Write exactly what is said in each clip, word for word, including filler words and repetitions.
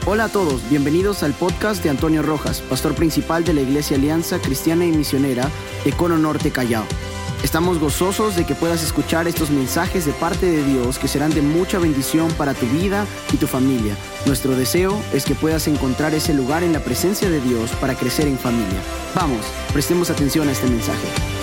Hola a todos, bienvenidos al podcast de Antonio Rojas, pastor principal de la Iglesia Alianza Cristiana y Misionera de Cono Norte, Callao. Estamos gozosos de que puedas escuchar estos mensajes de parte de Dios que serán de mucha bendición para tu vida y tu familia. Nuestro deseo es que puedas encontrar ese lugar en la presencia de Dios para crecer en familia. Vamos, prestemos atención a este mensaje.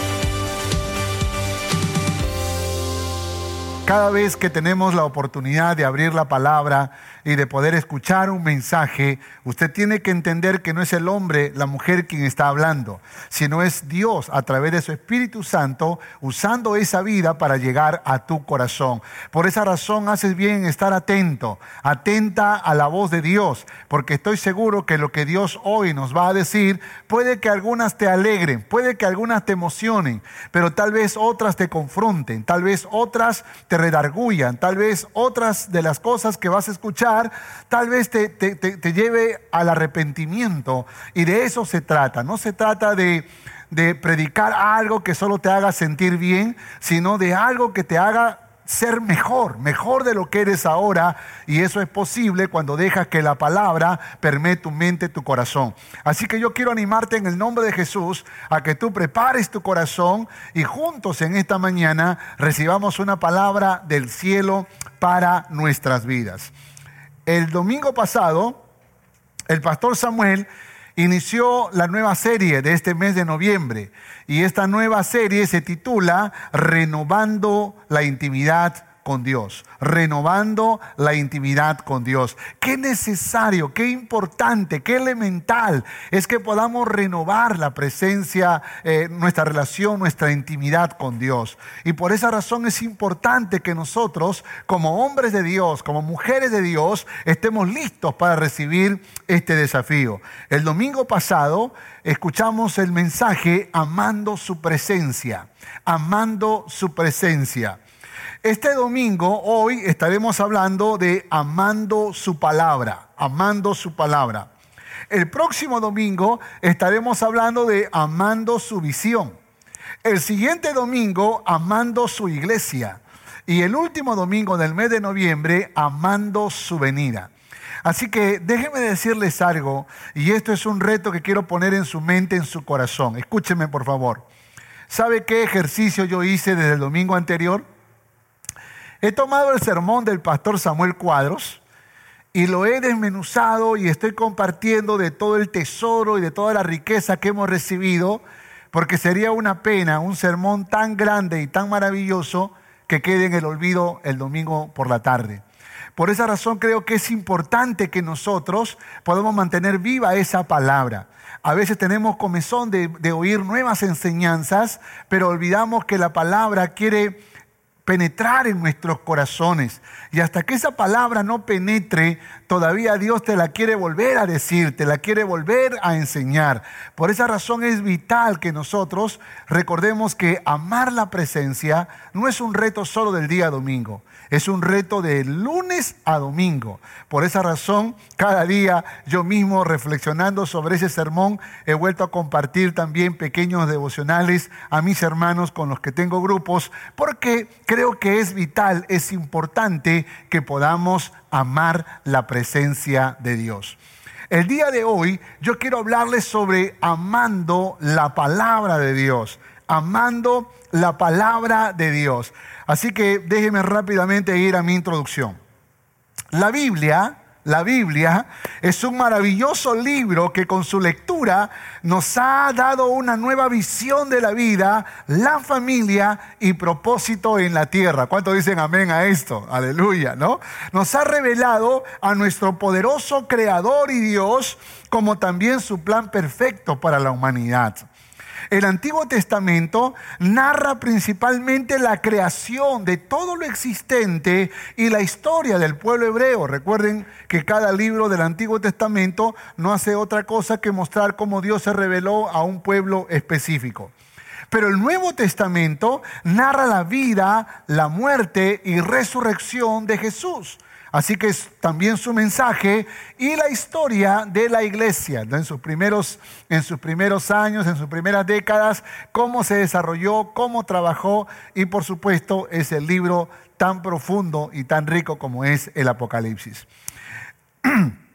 Cada vez que tenemos la oportunidad de abrir la palabra y de poder escuchar un mensaje, usted tiene que entender que no es el hombre, la mujer quien está hablando, sino es Dios a través de su Espíritu Santo usando esa vida para llegar a tu corazón. Por esa razón haces bien en estar atento, atenta a la voz de Dios, porque estoy seguro que lo que Dios hoy nos va a decir, puede que algunas te alegren, puede que algunas te emocionen, pero tal vez otras te confronten, tal vez otras te redargullan, tal vez otras de las cosas que vas a escuchar, tal vez te, te, te, te lleve al arrepentimiento, y de eso se trata. No se trata de, de predicar algo que solo te haga sentir bien, sino de algo que te haga ser mejor, mejor de lo que eres ahora, y eso es posible cuando dejas que la palabra permee tu mente, tu corazón. Así que yo quiero animarte en el nombre de Jesús a que tú prepares tu corazón y juntos en esta mañana recibamos una palabra del cielo para nuestras vidas. El domingo pasado, el pastor Samuel inició la nueva serie de este mes de noviembre, y esta nueva serie se titula Renovando la Intimidad con Dios. Renovando la intimidad con Dios. Qué necesario, qué importante, qué elemental es que podamos renovar la presencia, eh, nuestra relación, nuestra intimidad con Dios. Y por esa razón es importante que nosotros, como hombres de Dios, como mujeres de Dios, estemos listos para recibir este desafío. El domingo pasado escuchamos el mensaje Amando su presencia. Amando su presencia. Este domingo, hoy, estaremos hablando de amando su palabra, amando su palabra. El próximo domingo estaremos hablando de amando su visión. El siguiente domingo, amando su iglesia. Y el último domingo del mes de noviembre, amando su venida. Así que déjenme decirles algo, y esto es un reto que quiero poner en su mente, en su corazón. Escúchenme, por favor. ¿Sabe qué ejercicio yo hice desde el domingo anterior? He tomado el sermón del pastor Samuel Cuadros y lo he desmenuzado y estoy compartiendo de todo el tesoro y de toda la riqueza que hemos recibido, porque sería una pena un sermón tan grande y tan maravilloso que quede en el olvido el domingo por la tarde. Por esa razón creo que es importante que nosotros podamos mantener viva esa palabra. A veces tenemos comezón de, de oír nuevas enseñanzas, pero olvidamos que la palabra quiere penetrar en nuestros corazones, y hasta que esa palabra no penetre, todavía Dios te la quiere volver a decir, te la quiere volver a enseñar. Por esa razón es vital que nosotros recordemos que amar la presencia no es un reto solo del día domingo, es un reto de lunes a domingo. Por esa razón, cada día yo mismo, reflexionando sobre ese sermón, he vuelto a compartir también pequeños devocionales a mis hermanos con los que tengo grupos, porque creo que es vital, es importante que podamos amar la presencia de Dios. El día de hoy yo quiero hablarles sobre amando la palabra de Dios, amando la palabra de Dios. Así que déjenme rápidamente ir a mi introducción. La Biblia, la Biblia es un maravilloso libro que con su lectura nos ha dado una nueva visión de la vida, la familia y propósito en la tierra. ¿Cuántos dicen amén a esto? Aleluya, ¿no? Nos ha revelado a nuestro poderoso Creador y Dios, como también su plan perfecto para la humanidad. El Antiguo Testamento narra principalmente la creación de todo lo existente y la historia del pueblo hebreo. Recuerden que cada libro del Antiguo Testamento no hace otra cosa que mostrar cómo Dios se reveló a un pueblo específico. Pero el Nuevo Testamento narra la vida, la muerte y resurrección de Jesús. Así que es también su mensaje y la historia de la iglesia, ¿no? en, sus primeros, en sus primeros años, en sus primeras décadas, cómo se desarrolló, cómo trabajó, y por supuesto es el libro tan profundo y tan rico como es el Apocalipsis.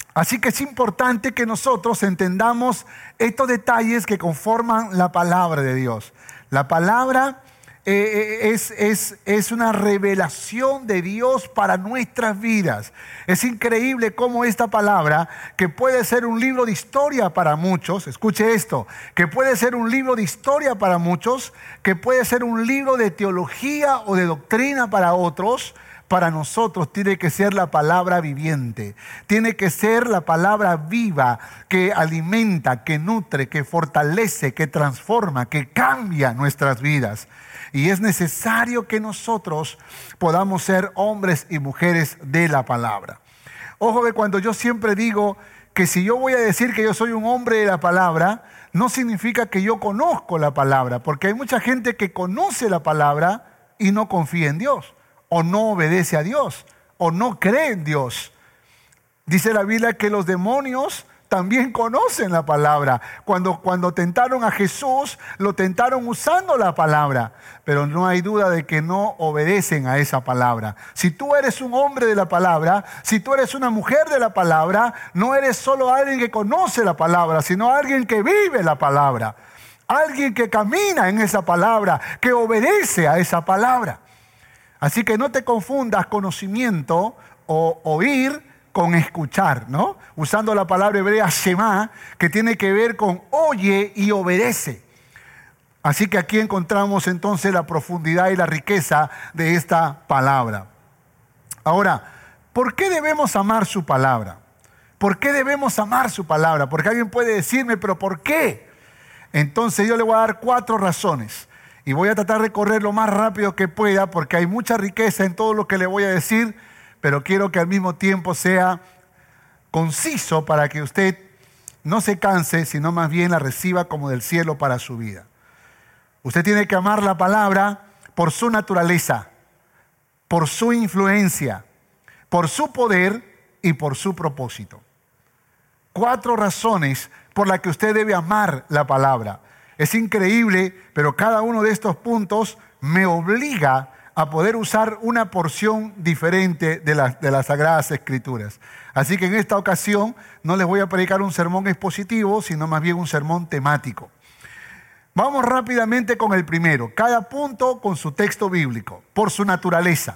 Así que es importante que nosotros entendamos estos detalles que conforman la palabra de Dios. La palabra eh, es, es, es una revelación de Dios para nuestras vidas. Es increíble cómo esta palabra, que puede ser un libro de historia para muchos, escuche esto, que puede ser un libro de historia para muchos, que puede ser un libro de teología o de doctrina para otros, para nosotros tiene que ser la palabra viviente. Tiene que ser la palabra viva que alimenta, que nutre, que fortalece, que transforma, que cambia nuestras vidas. Y es necesario que nosotros podamos ser hombres y mujeres de la palabra. Ojo que cuando yo siempre digo que si yo voy a decir que yo soy un hombre de la palabra, no significa que yo conozco la palabra, porque hay mucha gente que conoce la palabra y no confía en Dios, o no obedece a Dios, o no cree en Dios. Dice la Biblia que los demonios también conocen la palabra. Cuando, cuando tentaron a Jesús, lo tentaron usando la palabra, pero no hay duda de que no obedecen a esa palabra. Si tú eres un hombre de la palabra, si tú eres una mujer de la palabra, no eres solo alguien que conoce la palabra, sino alguien que vive la palabra, alguien que camina en esa palabra, que obedece a esa palabra. Así que no te confundas conocimiento o oír con escuchar, ¿no? Usando la palabra hebrea shema, que tiene que ver con oye y obedece. Así que aquí encontramos entonces la profundidad y la riqueza de esta palabra. Ahora, ¿por qué debemos amar su palabra? ¿Por qué debemos amar su palabra? Porque alguien puede decirme, ¿pero por qué? Entonces yo le voy a dar cuatro razones. Y voy a tratar de correr lo más rápido que pueda porque hay mucha riqueza en todo lo que le voy a decir, pero quiero que al mismo tiempo sea conciso para que usted no se canse, sino más bien la reciba como del cielo para su vida. Usted tiene que amar la palabra por su naturaleza, por su influencia, por su poder y por su propósito. Cuatro razones por las que usted debe amar la palabra. Es increíble, pero cada uno de estos puntos me obliga a poder usar una porción diferente de, la, de las Sagradas Escrituras. Así que en esta ocasión no les voy a predicar un sermón expositivo, sino más bien un sermón temático. Vamos rápidamente con el primero. Cada punto con su texto bíblico, por su naturaleza.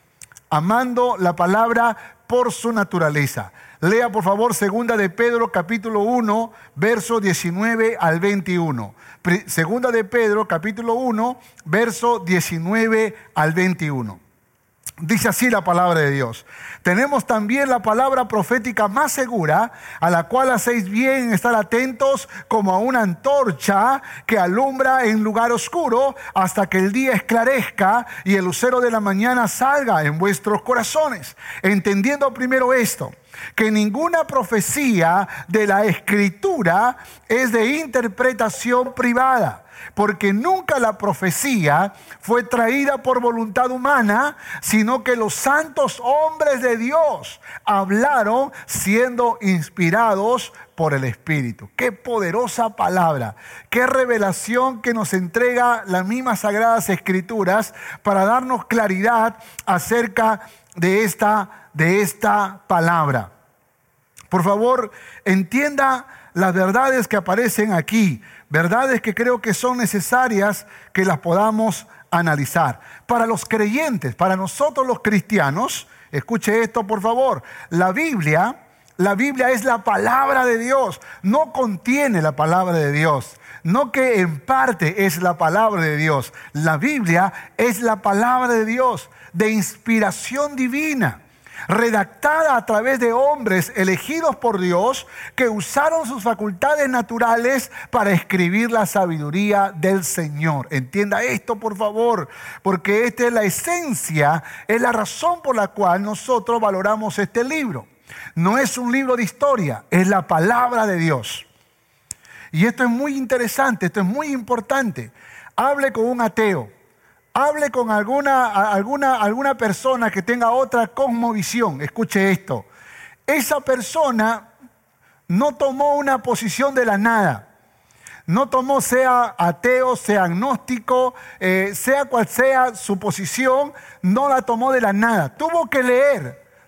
Amando la palabra por su naturaleza. Lea por favor Segunda de Pedro capítulo uno, verso diecinueve al veintiuno. Segunda de Pedro capítulo uno, verso diecinueve al veintiuno. Dice así la palabra de Dios. Tenemos también la palabra profética más segura, a la cual hacéis bien en estar atentos como a una antorcha que alumbra en lugar oscuro hasta que el día esclarezca y el lucero de la mañana salga en vuestros corazones. Entendiendo primero esto, que ninguna profecía de la Escritura es de interpretación privada. Porque nunca la profecía fue traída por voluntad humana, sino que los santos hombres de Dios hablaron siendo inspirados por el Espíritu. Qué poderosa palabra, qué revelación que nos entrega las mismas Sagradas Escrituras para darnos claridad acerca de esta, de esta palabra. Por favor, entienda las verdades que aparecen aquí, verdades que creo que son necesarias que las podamos analizar. Para los creyentes, para nosotros los cristianos, escuche esto por favor, la Biblia, la Biblia es la palabra de Dios, no contiene la palabra de Dios, no que en parte es la palabra de Dios. La Biblia es la palabra de Dios, de inspiración divina, redactada a través de hombres elegidos por Dios que usaron sus facultades naturales para escribir la sabiduría del Señor. Entienda esto por favor, porque esta es la esencia, es la razón por la cual nosotros valoramos este libro. No es un libro de historia, es la palabra de Dios. Y esto es muy interesante, esto es muy importante. Hable con un ateo. Hable con alguna, alguna, alguna persona que tenga otra cosmovisión. Escuche esto. Esa persona no tomó una posición de la nada. No tomó, sea ateo, sea agnóstico, eh, sea cual sea su posición, no la tomó de la nada. Tuvo que leer,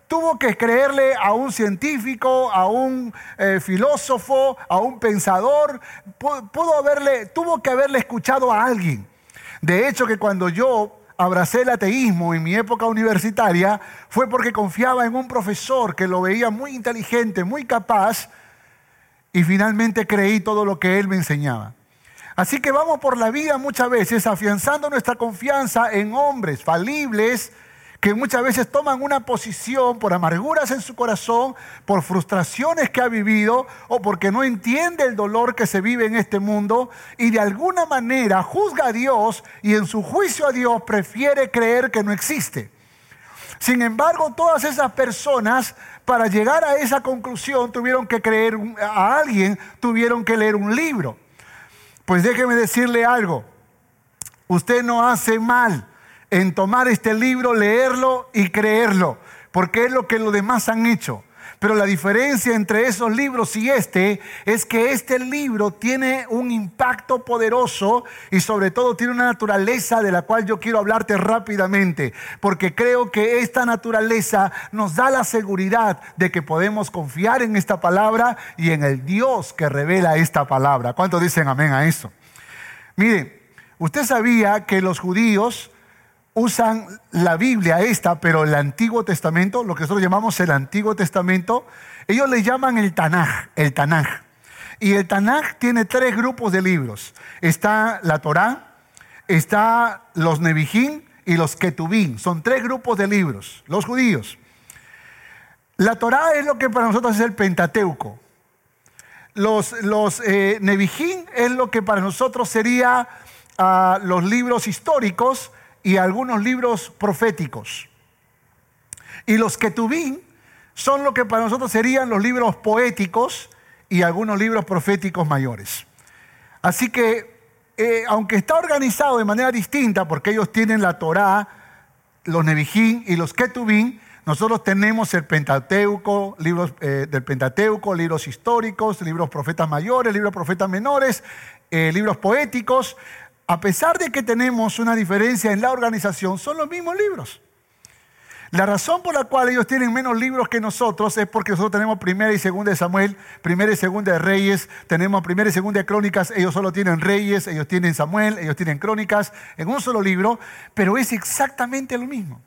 tuvo que creerle a un científico, a un eh, filósofo, a un pensador, pudo haberle, tuvo que haberle escuchado a alguien. De hecho, que cuando yo abracé el ateísmo en mi época universitaria, fue porque confiaba en un profesor que lo veía muy inteligente, muy capaz, y finalmente creí todo lo que él me enseñaba. Así que vamos por la vida muchas veces afianzando nuestra confianza en hombres falibles que muchas veces toman una posición por amarguras en su corazón, por frustraciones que ha vivido o porque no entiende el dolor que se vive en este mundo y de alguna manera juzga a Dios y en su juicio a Dios prefiere creer que no existe. Sin embargo, todas esas personas, para llegar a esa conclusión, tuvieron que creer a alguien, tuvieron que leer un libro. Pues déjeme decirle algo, usted no hace mal en tomar este libro, leerlo y creerlo, porque es lo que los demás han hecho. Pero la diferencia entre esos libros y este es que este libro tiene un impacto poderoso y sobre todo tiene una naturaleza de la cual yo quiero hablarte rápidamente, porque creo que esta naturaleza nos da la seguridad de que podemos confiar en esta palabra y en el Dios que revela esta palabra. ¿Cuántos dicen amén a eso? Mire, usted sabía que los judíos usan la Biblia esta, pero el Antiguo Testamento, lo que nosotros llamamos el Antiguo Testamento, ellos le llaman el Tanaj, el Tanaj. Y el Tanaj tiene tres grupos de libros. Está la Torá, está los Nevijín y los Ketubín. Son tres grupos de libros, los judíos. La Torá es lo que para nosotros es el Pentateuco. Los, los eh, Nevijín es lo que para nosotros sería uh, los libros históricos y algunos libros proféticos. Y los Ketubín son lo que para nosotros serían los libros poéticos y algunos libros proféticos mayores. Así que, eh, aunque está organizado de manera distinta, porque ellos tienen la Torá, los Nevijín y los Ketubín, nosotros tenemos el Pentateuco, libros eh, del Pentateuco, libros históricos, libros profetas mayores, libros profetas menores, eh, libros poéticos. A pesar de que tenemos una diferencia en la organización, son los mismos libros. La razón por la cual ellos tienen menos libros que nosotros es porque nosotros tenemos primera y segunda de Samuel, primera y segunda de Reyes, tenemos primera y segunda de Crónicas, ellos solo tienen Reyes, ellos tienen Samuel, ellos tienen Crónicas, en un solo libro, pero es exactamente lo mismo.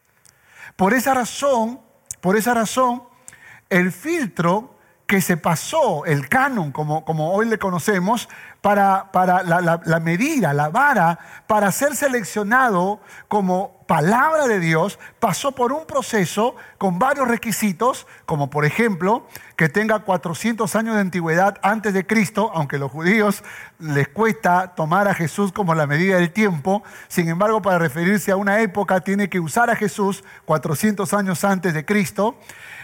Por esa razón, por esa razón, el filtro que se pasó, el canon, como, como hoy le conocemos, para, para la, la, la medida, la vara, para ser seleccionado como palabra de Dios, pasó por un proceso con varios requisitos, como por ejemplo, que tenga cuatrocientos años de antigüedad antes de Cristo, aunque a los judíos les cuesta tomar a Jesús como la medida del tiempo. Sin embargo, para referirse a una época, tiene que usar a Jesús cuatrocientos años antes de Cristo.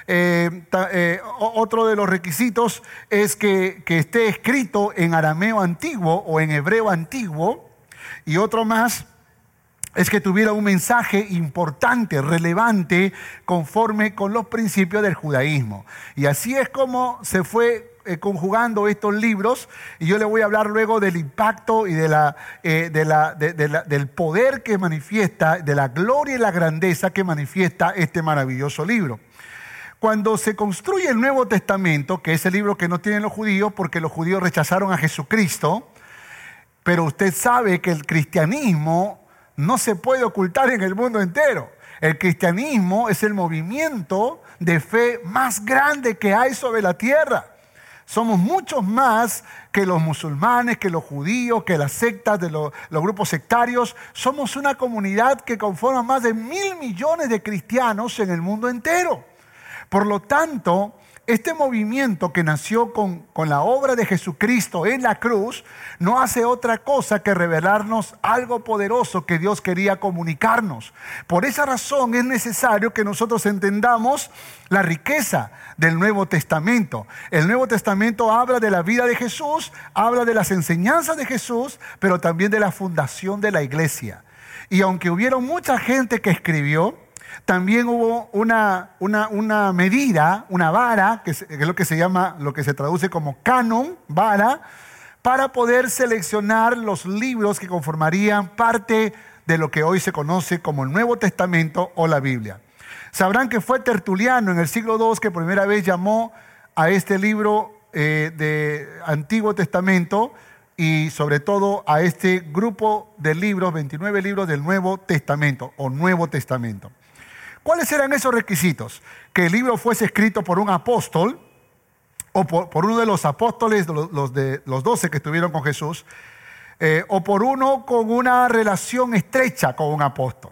Eh, ta, eh, otro de los requisitos es que, que esté escrito en arameo antiguo o en hebreo antiguo, y otro más es que tuviera un mensaje importante, relevante, conforme con los principios del judaísmo. Y así es como se fue eh, conjugando estos libros, y yo le voy a hablar luego del impacto y de la, eh, de la, de, de la, del poder que manifiesta, de la gloria y la grandeza que manifiesta este maravilloso libro. Cuando se construye el Nuevo Testamento, que es el libro que no tienen los judíos porque los judíos rechazaron a Jesucristo, pero usted sabe que el cristianismo no se puede ocultar en el mundo entero. El cristianismo es el movimiento de fe más grande que hay sobre la tierra. Somos muchos más que los musulmanes, que los judíos, que las sectas, de los, los grupos sectarios. Somos una comunidad que conforma más de mil millones de cristianos en el mundo entero. Por lo tanto, este movimiento que nació con, con la obra de Jesucristo en la cruz no hace otra cosa que revelarnos algo poderoso que Dios quería comunicarnos. Por esa razón es necesario que nosotros entendamos la riqueza del Nuevo Testamento. El Nuevo Testamento habla de la vida de Jesús, habla de las enseñanzas de Jesús, pero también de la fundación de la iglesia. Y aunque hubieron mucha gente que escribió, también hubo una, una, una medida, una vara, que es lo que se llama, lo que se traduce como canon, vara, para poder seleccionar los libros que conformarían parte de lo que hoy se conoce como el Nuevo Testamento o la Biblia. Sabrán que fue Tertuliano en el siglo segundo que por primera vez llamó a este libro eh, de Antiguo Testamento y sobre todo a este grupo de libros, veintinueve libros del Nuevo Testamento o Nuevo Testamento. ¿Cuáles eran esos requisitos? Que el libro fuese escrito por un apóstol o por, por uno de los apóstoles, los, los, de, los doce que estuvieron con Jesús, eh, o por uno con una relación estrecha con un apóstol.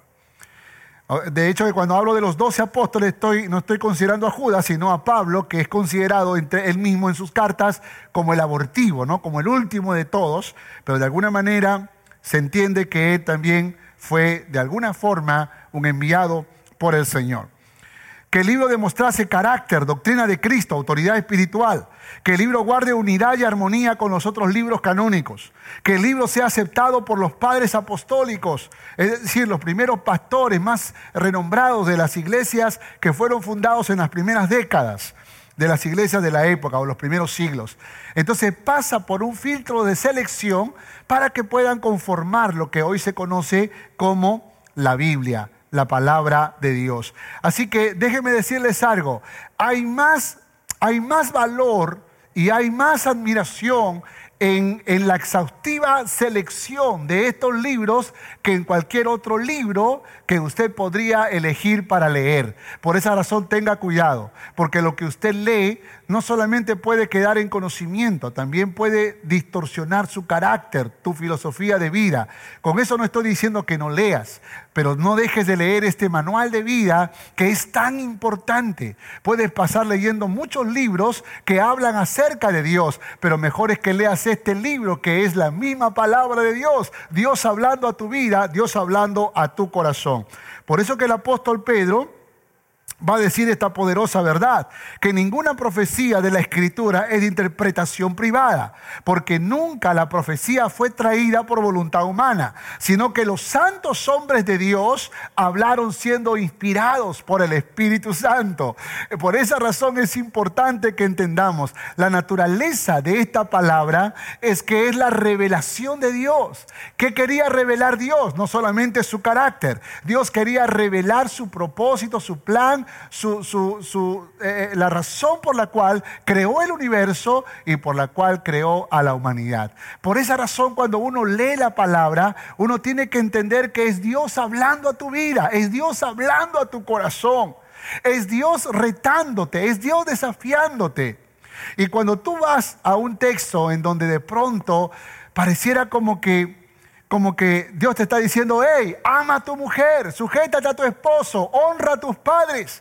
De hecho, que cuando hablo de los doce apóstoles, estoy, no estoy considerando a Judas, sino a Pablo, que es considerado entre él mismo en sus cartas como el abortivo, ¿no? Como el último de todos, pero de alguna manera se entiende que él también fue de alguna forma un enviado por el Señor. Que el libro demostrase carácter, doctrina de Cristo, autoridad espiritual. Que el libro guarde unidad y armonía con los otros libros canónicos. Que el libro sea aceptado por los padres apostólicos, es decir, los primeros pastores más renombrados de las iglesias que fueron fundados en las primeras décadas de las iglesias de la época o los primeros siglos. Entonces pasa por un filtro de selección para que puedan conformar lo que hoy se conoce como la Biblia, la palabra de Dios. Así que déjenme decirles algo, hay más, hay más valor y hay más admiración en, en la exhaustiva selección de estos libros que en cualquier otro libro que usted podría elegir para leer. Por esa razón tenga cuidado, porque lo que usted lee no solamente puede quedar en conocimiento, también puede distorsionar su carácter, tu filosofía de vida. Con eso no estoy diciendo que no leas, pero no dejes de leer este manual de vida que es tan importante. Puedes pasar leyendo muchos libros que hablan acerca de Dios, pero mejor es que leas este libro que es la misma palabra de Dios. Dios hablando a tu vida, Dios hablando a tu corazón. Por eso que el apóstol Pedro va a decir esta poderosa verdad, que ninguna profecía de la Escritura es de interpretación privada, porque nunca la profecía fue traída por voluntad humana, sino que los santos hombres de Dios hablaron siendo inspirados por el Espíritu Santo. Por esa razón es importante que entendamos la naturaleza de esta palabra, es que es la revelación de Dios. ¿Qué quería revelar Dios? No solamente su carácter, Dios quería revelar su propósito, su plan, Su, su, su, eh, la razón por la cual creó el universo y por la cual creó a la humanidad. Por esa razón, cuando uno lee la palabra, uno tiene que entender que es Dios hablando a tu vida, es Dios hablando a tu corazón, es Dios retándote, es Dios desafiándote. Y cuando tú vas a un texto en donde de pronto pareciera como que Como que Dios te está diciendo, hey, ama a tu mujer, sujétate a tu esposo, honra a tus padres.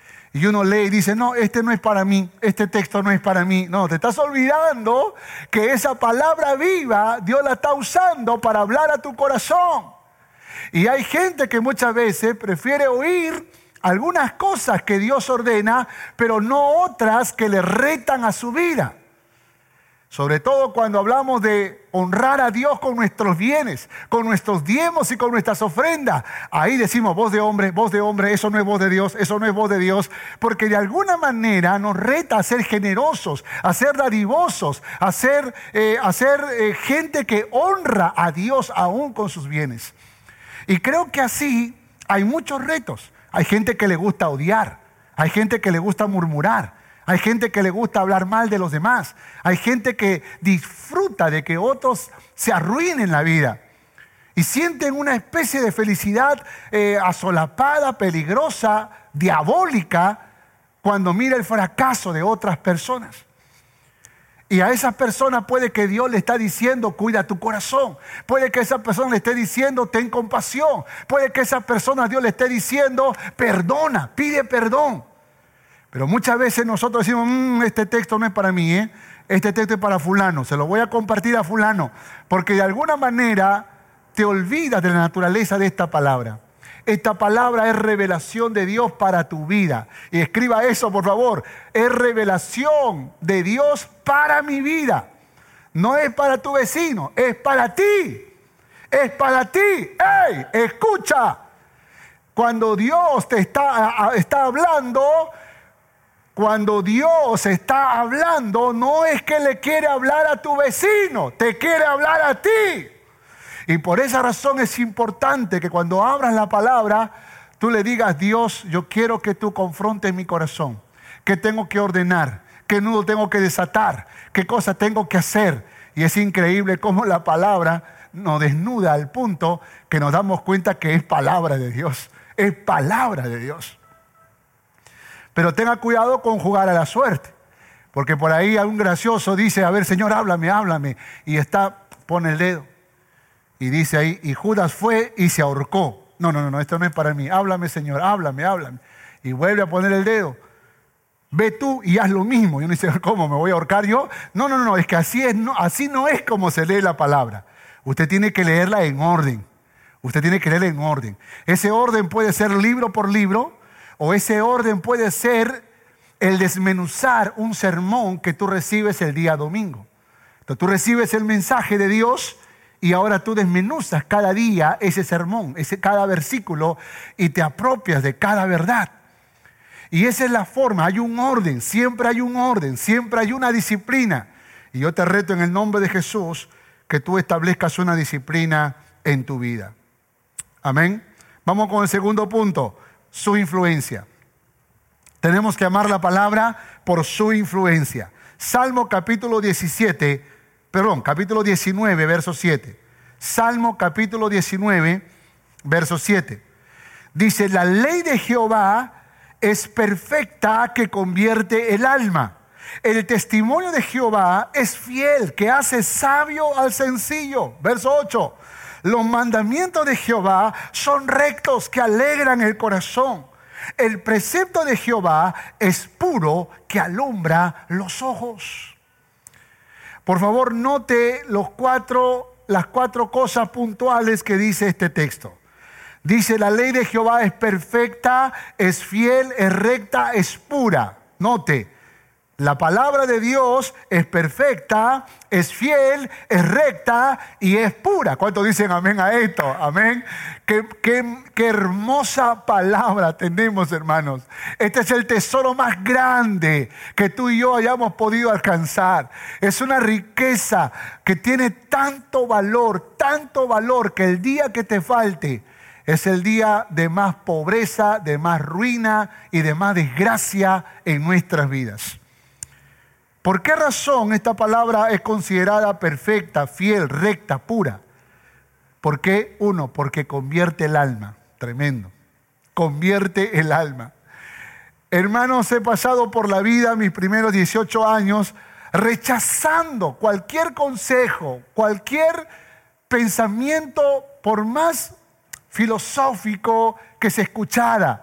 Y uno lee y dice, no, este no es para mí, este texto no es para mí. No, te estás olvidando que esa palabra viva Dios la está usando para hablar a tu corazón. Y hay gente que muchas veces prefiere oír algunas cosas que Dios ordena, pero no otras que le retan a su vida. Sobre todo cuando hablamos de honrar a Dios con nuestros bienes, con nuestros diezmos y con nuestras ofrendas. Ahí decimos voz de hombre, voz de hombre, eso no es voz de Dios, eso no es voz de Dios. Porque de alguna manera nos reta a ser generosos, a ser dadivosos, a ser, eh, a ser eh, gente que honra a Dios aún con sus bienes. Y creo que así hay muchos retos. Hay gente que le gusta odiar, hay gente que le gusta murmurar. Hay gente que le gusta hablar mal de los demás. Hay gente que disfruta de que otros se arruinen la vida. Y sienten una especie de felicidad eh, asolapada, peligrosa, diabólica, cuando mira el fracaso de otras personas. Y a esas personas puede que Dios le está diciendo, cuida tu corazón. Puede que esa persona le esté diciendo, ten compasión. Puede que esa persona Dios le esté diciendo, perdona, pide perdón. Pero muchas veces nosotros decimos, mmm, este texto no es para mí, ¿eh? Este texto es para fulano, se lo voy a compartir a fulano. Porque de alguna manera te olvidas de la naturaleza de esta palabra. Esta palabra es revelación de Dios para tu vida. Y escriba eso, por favor. Es revelación de Dios para mi vida. No es para tu vecino, es para ti. Es para ti. ¡Ey! Escucha. Cuando Dios te está, está hablando... Cuando Dios está hablando, no es que le quiere hablar a tu vecino, te quiere hablar a ti. Y por esa razón es importante que cuando abras la palabra, tú le digas: Dios, yo quiero que tú confrontes mi corazón. ¿Qué tengo que ordenar? ¿Qué nudo tengo que desatar? ¿Qué cosa tengo que hacer? Y es increíble cómo la palabra nos desnuda al punto que nos damos cuenta que es palabra de Dios. Es palabra de Dios. Pero tenga cuidado con jugar a la suerte. Porque por ahí un gracioso dice: a ver, Señor, háblame, háblame. Y está, pone el dedo. Y dice ahí: y Judas fue y se ahorcó. No, no, no, esto no es para mí. Háblame, Señor, háblame, háblame. Y vuelve a poner el dedo. Ve tú y haz lo mismo. Y uno dice: ¿cómo? ¿Me voy a ahorcar yo? No, no, no, es que así, es, no, así no es como se lee la palabra. Usted tiene que leerla en orden. Usted tiene que leerla en orden. Ese orden puede ser libro por libro, o ese orden puede ser el desmenuzar un sermón que tú recibes el día domingo. Entonces tú recibes el mensaje de Dios y ahora tú desmenuzas cada día ese sermón, ese, cada versículo, y te apropias de cada verdad. Y esa es la forma, hay un orden, siempre hay un orden, siempre hay una disciplina. Y yo te reto en el nombre de Jesús que tú establezcas una disciplina en tu vida. Amén. Vamos con el segundo punto, su influencia. Tenemos que amar la palabra por su influencia. Salmo capítulo diecisiete, perdón, capítulo diecinueve, verso siete. Salmo capítulo diecinueve, verso siete. Dice: la ley de Jehová es perfecta, que convierte el alma. El testimonio de Jehová es fiel, que hace sabio al sencillo. Verso ocho. Los mandamientos de Jehová son rectos, que alegran el corazón. El precepto de Jehová es puro, que alumbra los ojos. Por favor, note los cuatro, las cuatro cosas puntuales que dice este texto. Dice: la ley de Jehová es perfecta, es fiel, es recta, es pura. Note, la palabra de Dios es perfecta, es fiel, es recta y es pura. ¿Cuántos dicen amén a esto? Amén. Qué, qué, qué hermosa palabra tenemos, hermanos. Este es el tesoro más grande que tú y yo hayamos podido alcanzar. Es una riqueza que tiene tanto valor, tanto valor, que el día que te falte es el día de más pobreza, de más ruina y de más desgracia en nuestras vidas. ¿Por qué razón esta palabra es considerada perfecta, fiel, recta, pura? ¿Por qué? Uno, porque convierte el alma. Tremendo. Convierte el alma. Hermanos, he pasado por la vida mis primeros dieciocho años rechazando cualquier consejo, cualquier pensamiento, por más filosófico que se escuchara,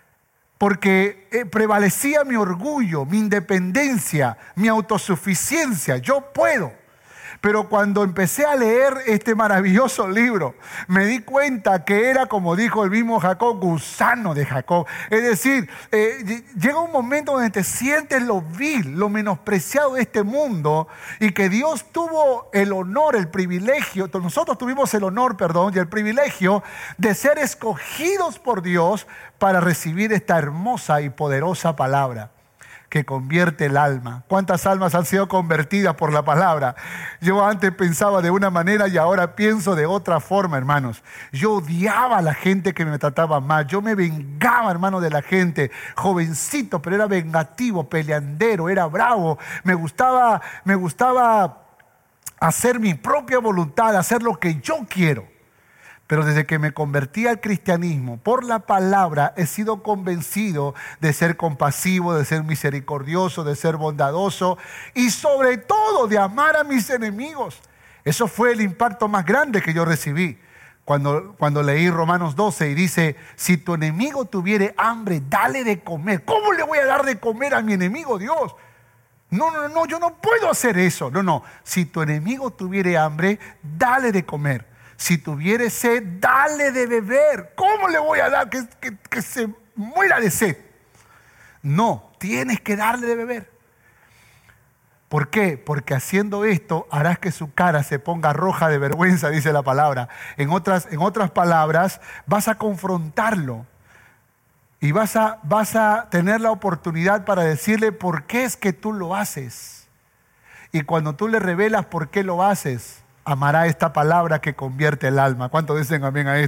porque prevalecía mi orgullo, mi independencia, mi autosuficiencia. Yo puedo. Pero cuando empecé a leer este maravilloso libro, me di cuenta que era, como dijo el mismo Jacob, gusano de Jacob. Es decir, eh, llega un momento donde te sientes lo vil, lo menospreciado de este mundo, y que Dios tuvo el honor, el privilegio, nosotros tuvimos el honor, perdón, y el privilegio de ser escogidos por Dios para recibir esta hermosa y poderosa palabra que convierte el alma. ¿Cuántas almas han sido convertidas por la palabra? Yo antes pensaba de una manera y ahora pienso de otra forma, hermanos. Yo odiaba a la gente que me trataba mal. Yo me vengaba, hermano, de la gente. Jovencito, pero era vengativo, peleandero, era bravo. Me gustaba, me gustaba hacer mi propia voluntad, hacer lo que yo quiero. Pero desde que me convertí al cristianismo, por la palabra, he sido convencido de ser compasivo, de ser misericordioso, de ser bondadoso y sobre todo de amar a mis enemigos. Eso fue el impacto más grande que yo recibí cuando, cuando leí Romanos doce y dice: si tu enemigo tuviere hambre, dale de comer. ¿Cómo le voy a dar de comer a mi enemigo, Dios? No, no, no, yo no puedo hacer eso. No, no, si tu enemigo tuviere hambre, dale de comer. Si tuviere sed, dale de beber. ¿Cómo le voy a dar que, que, que se muera de sed? No, tienes que darle de beber. ¿Por qué? Porque haciendo esto harás que su cara se ponga roja de vergüenza, dice la palabra. En otras, en otras palabras, vas a confrontarlo y vas a, vas a tener la oportunidad para decirle por qué es que tú lo haces. Y cuando tú le revelas por qué lo haces, amará esta palabra que convierte el alma. ¿Cuántos dicen amén a esto?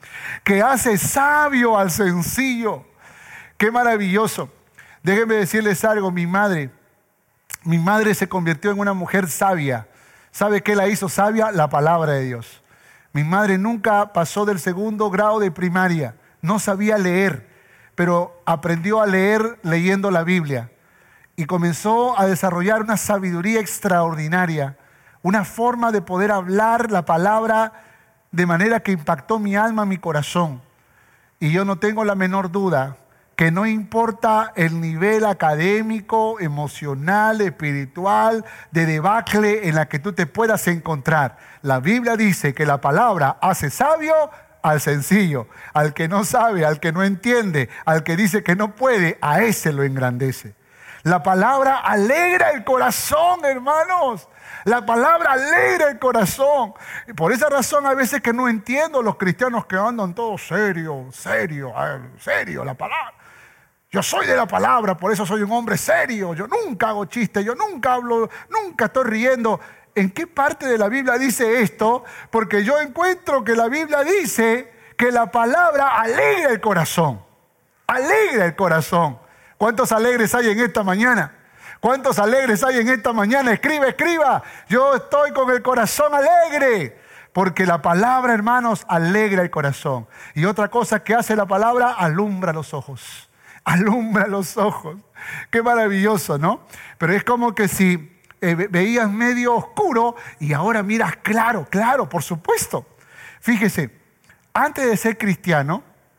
que hace sabio al sencillo. ¡Qué maravilloso! Déjenme decirles algo, mi madre, mi madre se convirtió en una mujer sabia. ¿Sabe qué la hizo sabia? La palabra de Dios. Mi madre nunca pasó del segundo grado de primaria, no sabía leer, pero aprendió a leer leyendo la Biblia y comenzó a desarrollar una sabiduría extraordinaria, una forma de poder hablar la palabra de manera que impactó mi alma, mi corazón. Y yo no tengo la menor duda que no importa el nivel académico, emocional, espiritual, de debacle en la que tú te puedas encontrar. La Biblia dice que la palabra hace sabio al sencillo, al que no sabe, al que no entiende, al que dice que no puede, a ese lo engrandece. La palabra alegra el corazón, hermanos. La palabra alegra el corazón. Y por esa razón a veces que no entiendo los cristianos que andan todos serio, serio, serio, la palabra. Yo soy de la palabra, por eso soy un hombre serio. Yo nunca hago chistes, yo nunca hablo, nunca estoy riendo. ¿En qué parte de la Biblia dice esto? Porque yo encuentro que la Biblia dice que la palabra alegra el corazón. Alegra el corazón. ¿Cuántos alegres hay en esta mañana? ¿Cuántos alegres hay en esta mañana? Escriba, escriba. Yo estoy con el corazón alegre. Porque la palabra, hermanos, alegra el corazón. Y otra cosa que hace la palabra, alumbra los ojos. Alumbra los ojos. Qué maravilloso, ¿no? Pero es como que si eh, veías medio oscuro y ahora miras claro, claro, por supuesto. Fíjese, antes de ser cristiano,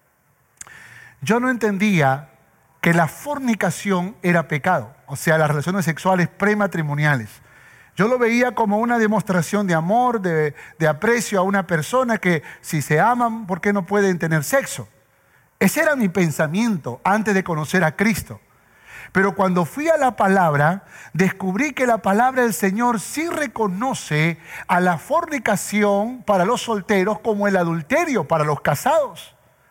yo no entendía que la fornicación era pecado. O sea, las relaciones sexuales prematrimoniales. Yo lo veía como una demostración de amor, de, de aprecio a una persona que si se aman, ¿por qué no pueden tener sexo? Ese era mi pensamiento antes de conocer a Cristo. Pero cuando fui a la palabra, descubrí que la palabra del Señor sí reconoce a la fornicación para los solteros como el adulterio para los casados.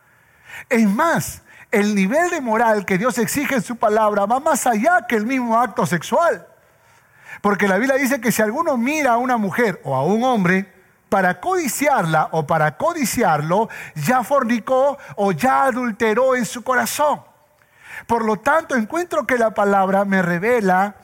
Es más, el nivel de moral que Dios exige en su palabra va más allá que el mismo acto sexual. Porque la Biblia dice que si alguno mira a una mujer o a un hombre para codiciarla o para codiciarlo, ya fornicó o ya adulteró en su corazón. Por lo tanto, encuentro que la palabra me revela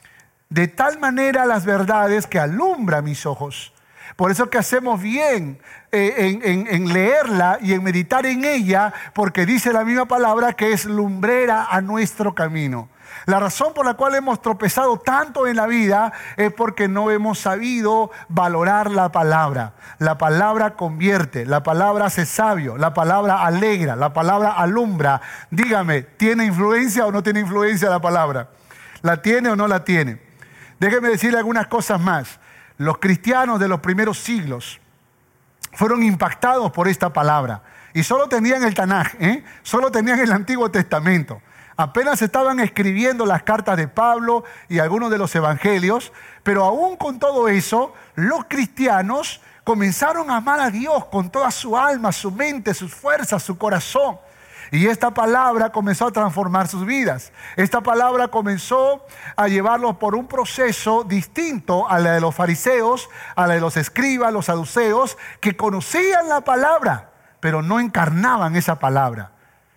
de tal manera las verdades que alumbra mis ojos. Por eso que hacemos bien eh, en, en, en leerla y en meditar en ella, porque dice la misma palabra que es lumbrera a nuestro camino. La razón por la cual hemos tropezado tanto en la vida es porque no hemos sabido valorar la palabra. La palabra convierte, la palabra hace sabio, la palabra alegra, la palabra alumbra. Dígame, ¿tiene influencia o no tiene influencia la palabra? ¿La tiene o no la tiene? Déjeme decirle algunas cosas más. Los cristianos de los primeros siglos fueron impactados por esta palabra y solo tenían el Tanaj, ¿eh? Solo tenían el Antiguo Testamento. Apenas estaban escribiendo las cartas de Pablo y algunos de los evangelios, pero aún con todo eso, los cristianos comenzaron a amar a Dios con toda su alma, su mente, sus fuerzas, su corazón. Y esta palabra comenzó a transformar sus vidas. Esta palabra comenzó a llevarlos por un proceso distinto a la de los fariseos, a la de los escribas, los saduceos, que conocían la palabra, pero no encarnaban esa palabra.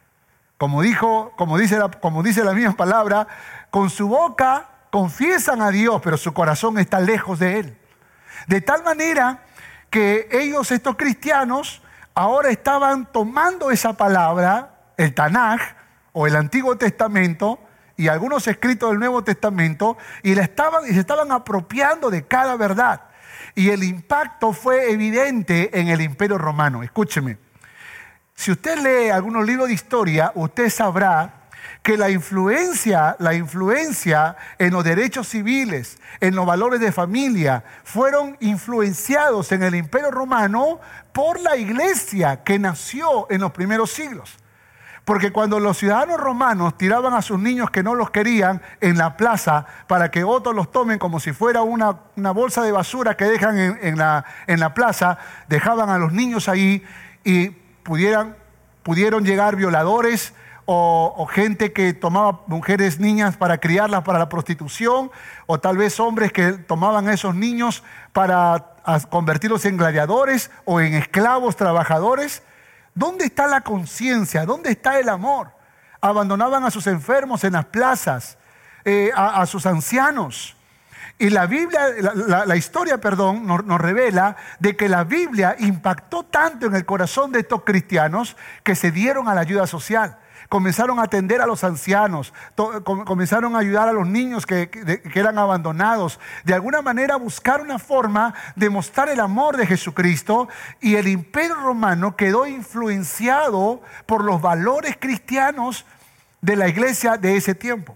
Como, dijo, como, dice la, como dice la misma palabra, con su boca confiesan a Dios, pero su corazón está lejos de Él. De tal manera que ellos, estos cristianos, ahora estaban tomando esa palabra, el Tanaj o el Antiguo Testamento y algunos escritos del Nuevo Testamento, y, la estaban, y se estaban apropiando de cada verdad. Y el impacto fue evidente en el Imperio Romano. Escúcheme. Si usted lee algunos libros de historia, usted sabrá que la influencia, la influencia en los derechos civiles, en los valores de familia, fueron influenciados en el Imperio Romano por la iglesia que nació en los primeros siglos. Porque cuando los ciudadanos romanos tiraban a sus niños que no los querían en la plaza para que otros los tomen como si fuera una, una bolsa de basura que dejan en, en, la, en la plaza, dejaban a los niños ahí y Pudieran, pudieron llegar violadores o, o gente que tomaba mujeres, niñas para criarlas para la prostitución, o tal vez hombres que tomaban a esos niños para a, convertirlos en gladiadores o en esclavos trabajadores. ¿Dónde está la conciencia? ¿Dónde está el amor? Abandonaban a sus enfermos en las plazas, eh, a, a sus ancianos. Y la Biblia, la, la, la historia, perdón, nos, nos revela de que la Biblia impactó tanto en el corazón de estos cristianos que se dieron a la ayuda social. Comenzaron a atender a los ancianos, to, com, comenzaron a ayudar a los niños que, que, que eran abandonados. De alguna manera buscar una forma de mostrar el amor de Jesucristo, y el Imperio Romano quedó influenciado por los valores cristianos de la iglesia de ese tiempo.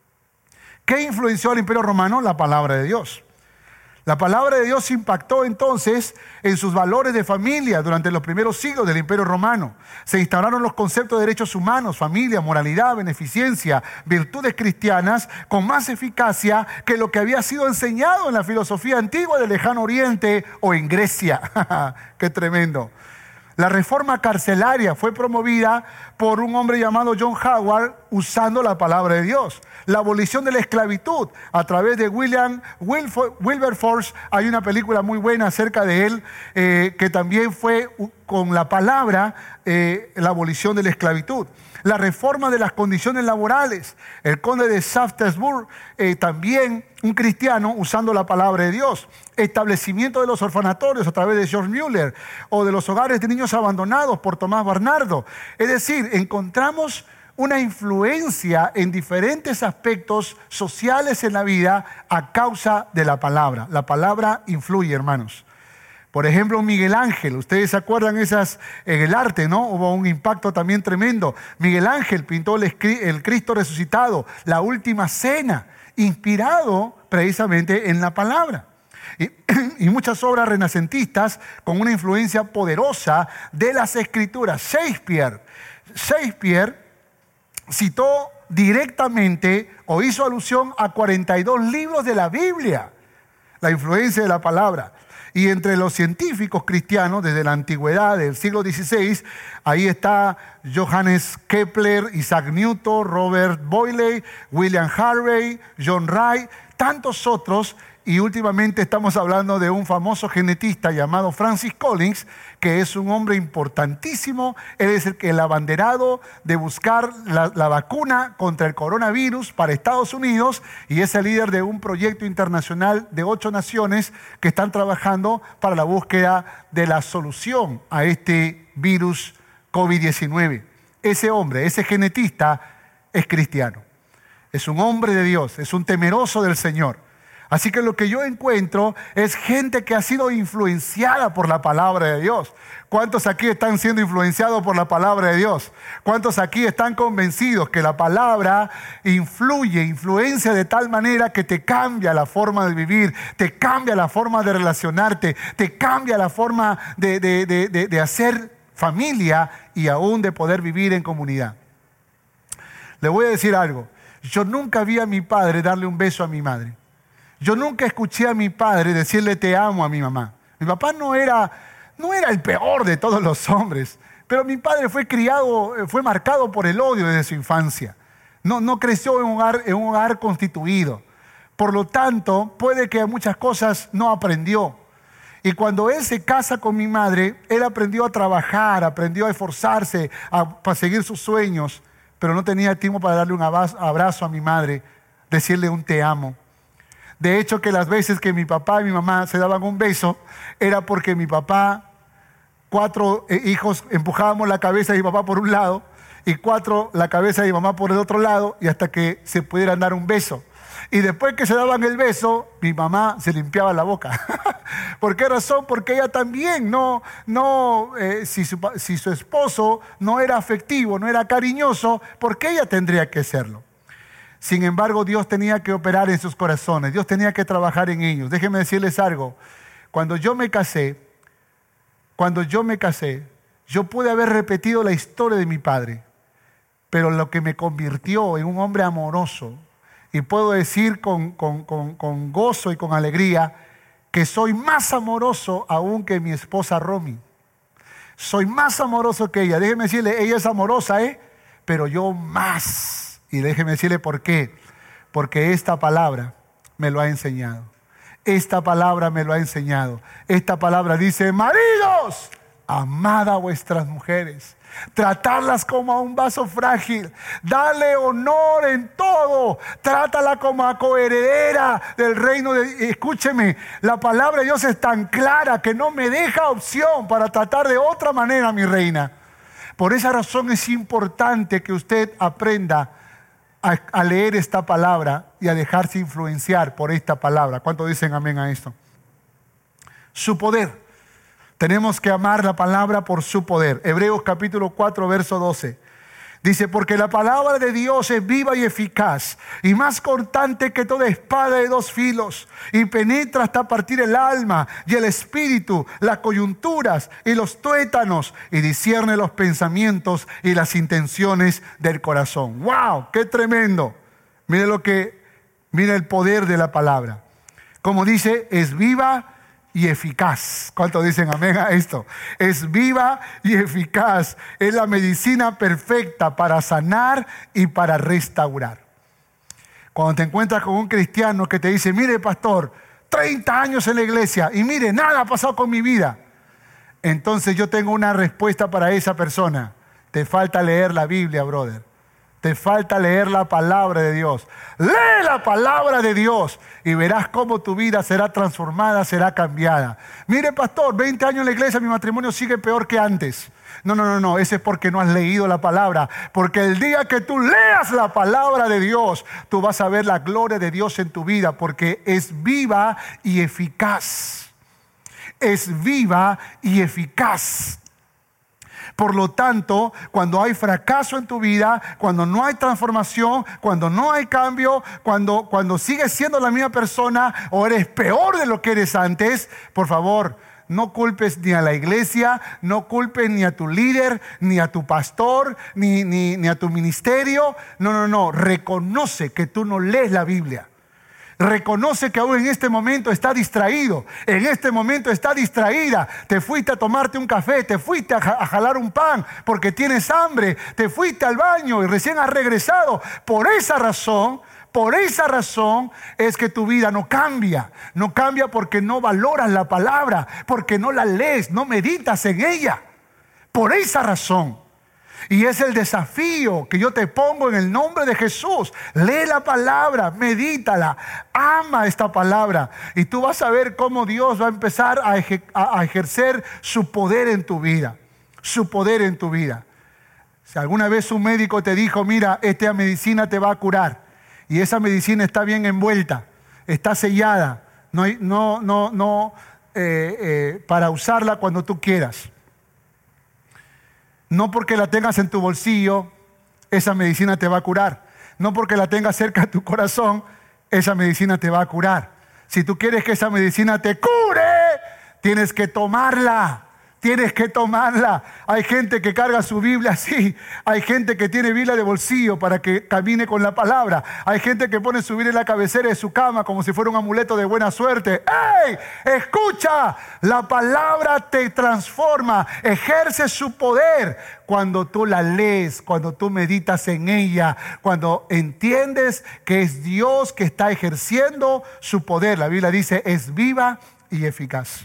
¿Qué influenció al Imperio Romano? La palabra de Dios. La palabra de Dios impactó entonces en sus valores de familia durante los primeros siglos del Imperio Romano. Se instauraron los conceptos de derechos humanos, familia, moralidad, beneficencia, virtudes cristianas con más eficacia que lo que había sido enseñado en la filosofía antigua del Lejano Oriente o en Grecia. ¡Qué tremendo! La reforma carcelaria fue promovida por un hombre llamado John Howard usando la palabra de Dios. La abolición de la esclavitud a través de William Wilberforce. Hay una película muy buena acerca de él eh, que también fue con la palabra eh, la abolición de la esclavitud. La reforma de las condiciones laborales. El conde de Shaftesbury, eh, también un cristiano usando la palabra de Dios. Establecimiento de los orfanatorios a través de George Mueller, o de los hogares de niños abandonados por Tomás Barnardo. Es decir, encontramos una influencia en diferentes aspectos sociales en la vida a causa de la palabra. La palabra influye, hermanos. Por ejemplo, Miguel Ángel, ustedes se acuerdan esas en el arte, ¿no? Hubo un impacto también tremendo. Miguel Ángel pintó el, el Cristo resucitado, la última cena, inspirado precisamente en la palabra. Y, y muchas obras renacentistas con una influencia poderosa de las Escrituras. Shakespeare, Shakespeare citó directamente o hizo alusión a cuarenta y dos libros de la Biblia, la influencia de la palabra. Y entre los científicos cristianos, desde la antigüedad del siglo dieciséis, ahí está Johannes Kepler, Isaac Newton, Robert Boyle, William Harvey, John Wright, tantos otros. Y últimamente estamos hablando de un famoso genetista llamado Francis Collins, que es un hombre importantísimo. Él es el, el abanderado de buscar la, la vacuna contra el coronavirus para Estados Unidos, y es el líder de un proyecto internacional de ocho naciones que están trabajando para la búsqueda de la solución a este virus COVID diecinueve. Ese hombre, ese genetista, es cristiano. Es un hombre de Dios, es un temeroso del Señor. Así que lo que yo encuentro es gente que ha sido influenciada por la palabra de Dios. ¿Cuántos aquí están siendo influenciados por la palabra de Dios? ¿Cuántos aquí están convencidos que la palabra influye, influencia de tal manera que te cambia la forma de vivir, te cambia la forma de relacionarte, te cambia la forma de, de, de, de, de hacer familia y aún de poder vivir en comunidad? Le voy a decir algo. Yo nunca vi a mi padre darle un beso a mi madre. Yo nunca escuché a mi padre decirle te amo a mi mamá. Mi papá no era, no era el peor de todos los hombres, pero mi padre fue criado, fue marcado por el odio desde su infancia. No, no creció en un hogar, en un hogar constituido. Por lo tanto, puede que muchas cosas no aprendió. Y cuando él se casa con mi madre, él aprendió a trabajar, aprendió a esforzarse, a, a seguir sus sueños, pero no tenía tiempo para darle un abrazo a mi madre, decirle un te amo. De hecho, que las veces que mi papá y mi mamá se daban un beso, era porque mi papá, cuatro hijos, empujábamos la cabeza de mi papá por un lado y cuatro la cabeza de mi mamá por el otro lado, y hasta que se pudieran dar un beso. Y después que se daban el beso, mi mamá se limpiaba la boca. ¿Por qué razón? Porque ella también no, no eh, si, su, si su esposo no era afectivo, no era cariñoso, ¿por qué ella tendría que serlo? Sin embargo, Dios tenía que operar en sus corazones. Dios tenía que trabajar en ellos. Déjenme decirles algo. Cuando yo me casé, cuando yo me casé, yo pude haber repetido la historia de mi padre, pero lo que me convirtió en un hombre amoroso, y puedo decir con, con, con, con gozo y con alegría, que soy más amoroso aún que mi esposa Romy. Soy más amoroso que ella. Déjenme decirle, ella es amorosa, ¿eh? Pero yo más. Y déjeme decirle por qué. Porque esta palabra me lo ha enseñado. Esta palabra me lo ha enseñado. Esta palabra dice, maridos, amad a vuestras mujeres, tratarlas como a un vaso frágil, dale honor en todo, trátala como a coheredera del reino de... Escúcheme, la palabra de Dios es tan clara que no me deja opción para tratar de otra manera a mi reina. Por esa razón es importante que usted aprenda a, a leer esta palabra y a dejarse influenciar por esta palabra. ¿Cuántos dicen amén a esto? Su poder. Tenemos que amar la palabra por su poder. Hebreos capítulo cuatro, verso doce. Dice, porque la palabra de Dios es viva y eficaz, y más cortante que toda espada de dos filos, y penetra hasta partir el alma y el espíritu, las coyunturas y los tuétanos, y discierne los pensamientos y las intenciones del corazón. ¡Wow! ¡Qué tremendo! Mire lo que, mire el poder de la palabra. Como dice, es viva y eficaz. ¿Cuántos dicen amén a esto? Es viva y eficaz. Es la medicina perfecta para sanar y para restaurar. Cuando te encuentras con un cristiano que te dice, mire pastor, treinta años en la iglesia y mire, nada ha pasado con mi vida. Entonces yo tengo una respuesta para esa persona. Te falta leer la Biblia, brother. Te falta leer la palabra de Dios. Lee la palabra de Dios y verás cómo tu vida será transformada, será cambiada. Mire, pastor, veinte años en la iglesia, mi matrimonio sigue peor que antes. No, no, no, no, ese es porque no has leído la palabra. Porque el día que tú leas la palabra de Dios, tú vas a ver la gloria de Dios en tu vida, porque es viva y eficaz. Es viva y eficaz. Por lo tanto, cuando hay fracaso en tu vida, cuando no hay transformación, cuando no hay cambio, cuando, cuando sigues siendo la misma persona o eres peor de lo que eres antes, por favor, no culpes ni a la iglesia, no culpes ni a tu líder, ni a tu pastor, ni, ni, ni a tu ministerio. No, no, no. Reconoce que tú no lees la Biblia. Reconoce que aún en este momento está distraído, en este momento está distraída. Te fuiste a tomarte un café, te fuiste a jalar un pan porque tienes hambre, te fuiste al baño y recién has regresado. Por esa razón, por esa razón es que tu vida no cambia. No cambia porque no valoras la palabra, porque no la lees, no meditas en ella. Por esa razón. Y es el desafío que yo te pongo en el nombre de Jesús. Lee la palabra, medítala, ama esta palabra. Y tú vas a ver cómo Dios va a empezar a, eje- a ejercer su poder en tu vida. Su poder en tu vida. Si alguna vez un médico te dijo, mira, esta medicina te va a curar. Y esa medicina está bien envuelta, está sellada. No, hay- no, no, no, eh, eh, para usarla cuando tú quieras. No porque la tengas en tu bolsillo, esa medicina te va a curar. No porque la tengas cerca de tu corazón, esa medicina te va a curar. Si tú quieres que esa medicina te cure, tienes que tomarla. Tienes que tomarla. Hay gente que carga su Biblia así. Hay gente que tiene Biblia de bolsillo para que camine con la palabra. Hay gente que pone su Biblia en la cabecera de su cama como si fuera un amuleto de buena suerte. ¡Ey! Escucha, la palabra te transforma, ejerce su poder cuando tú la lees, cuando tú meditas en ella, cuando entiendes que es Dios que está ejerciendo su poder. La Biblia dice, es viva y eficaz.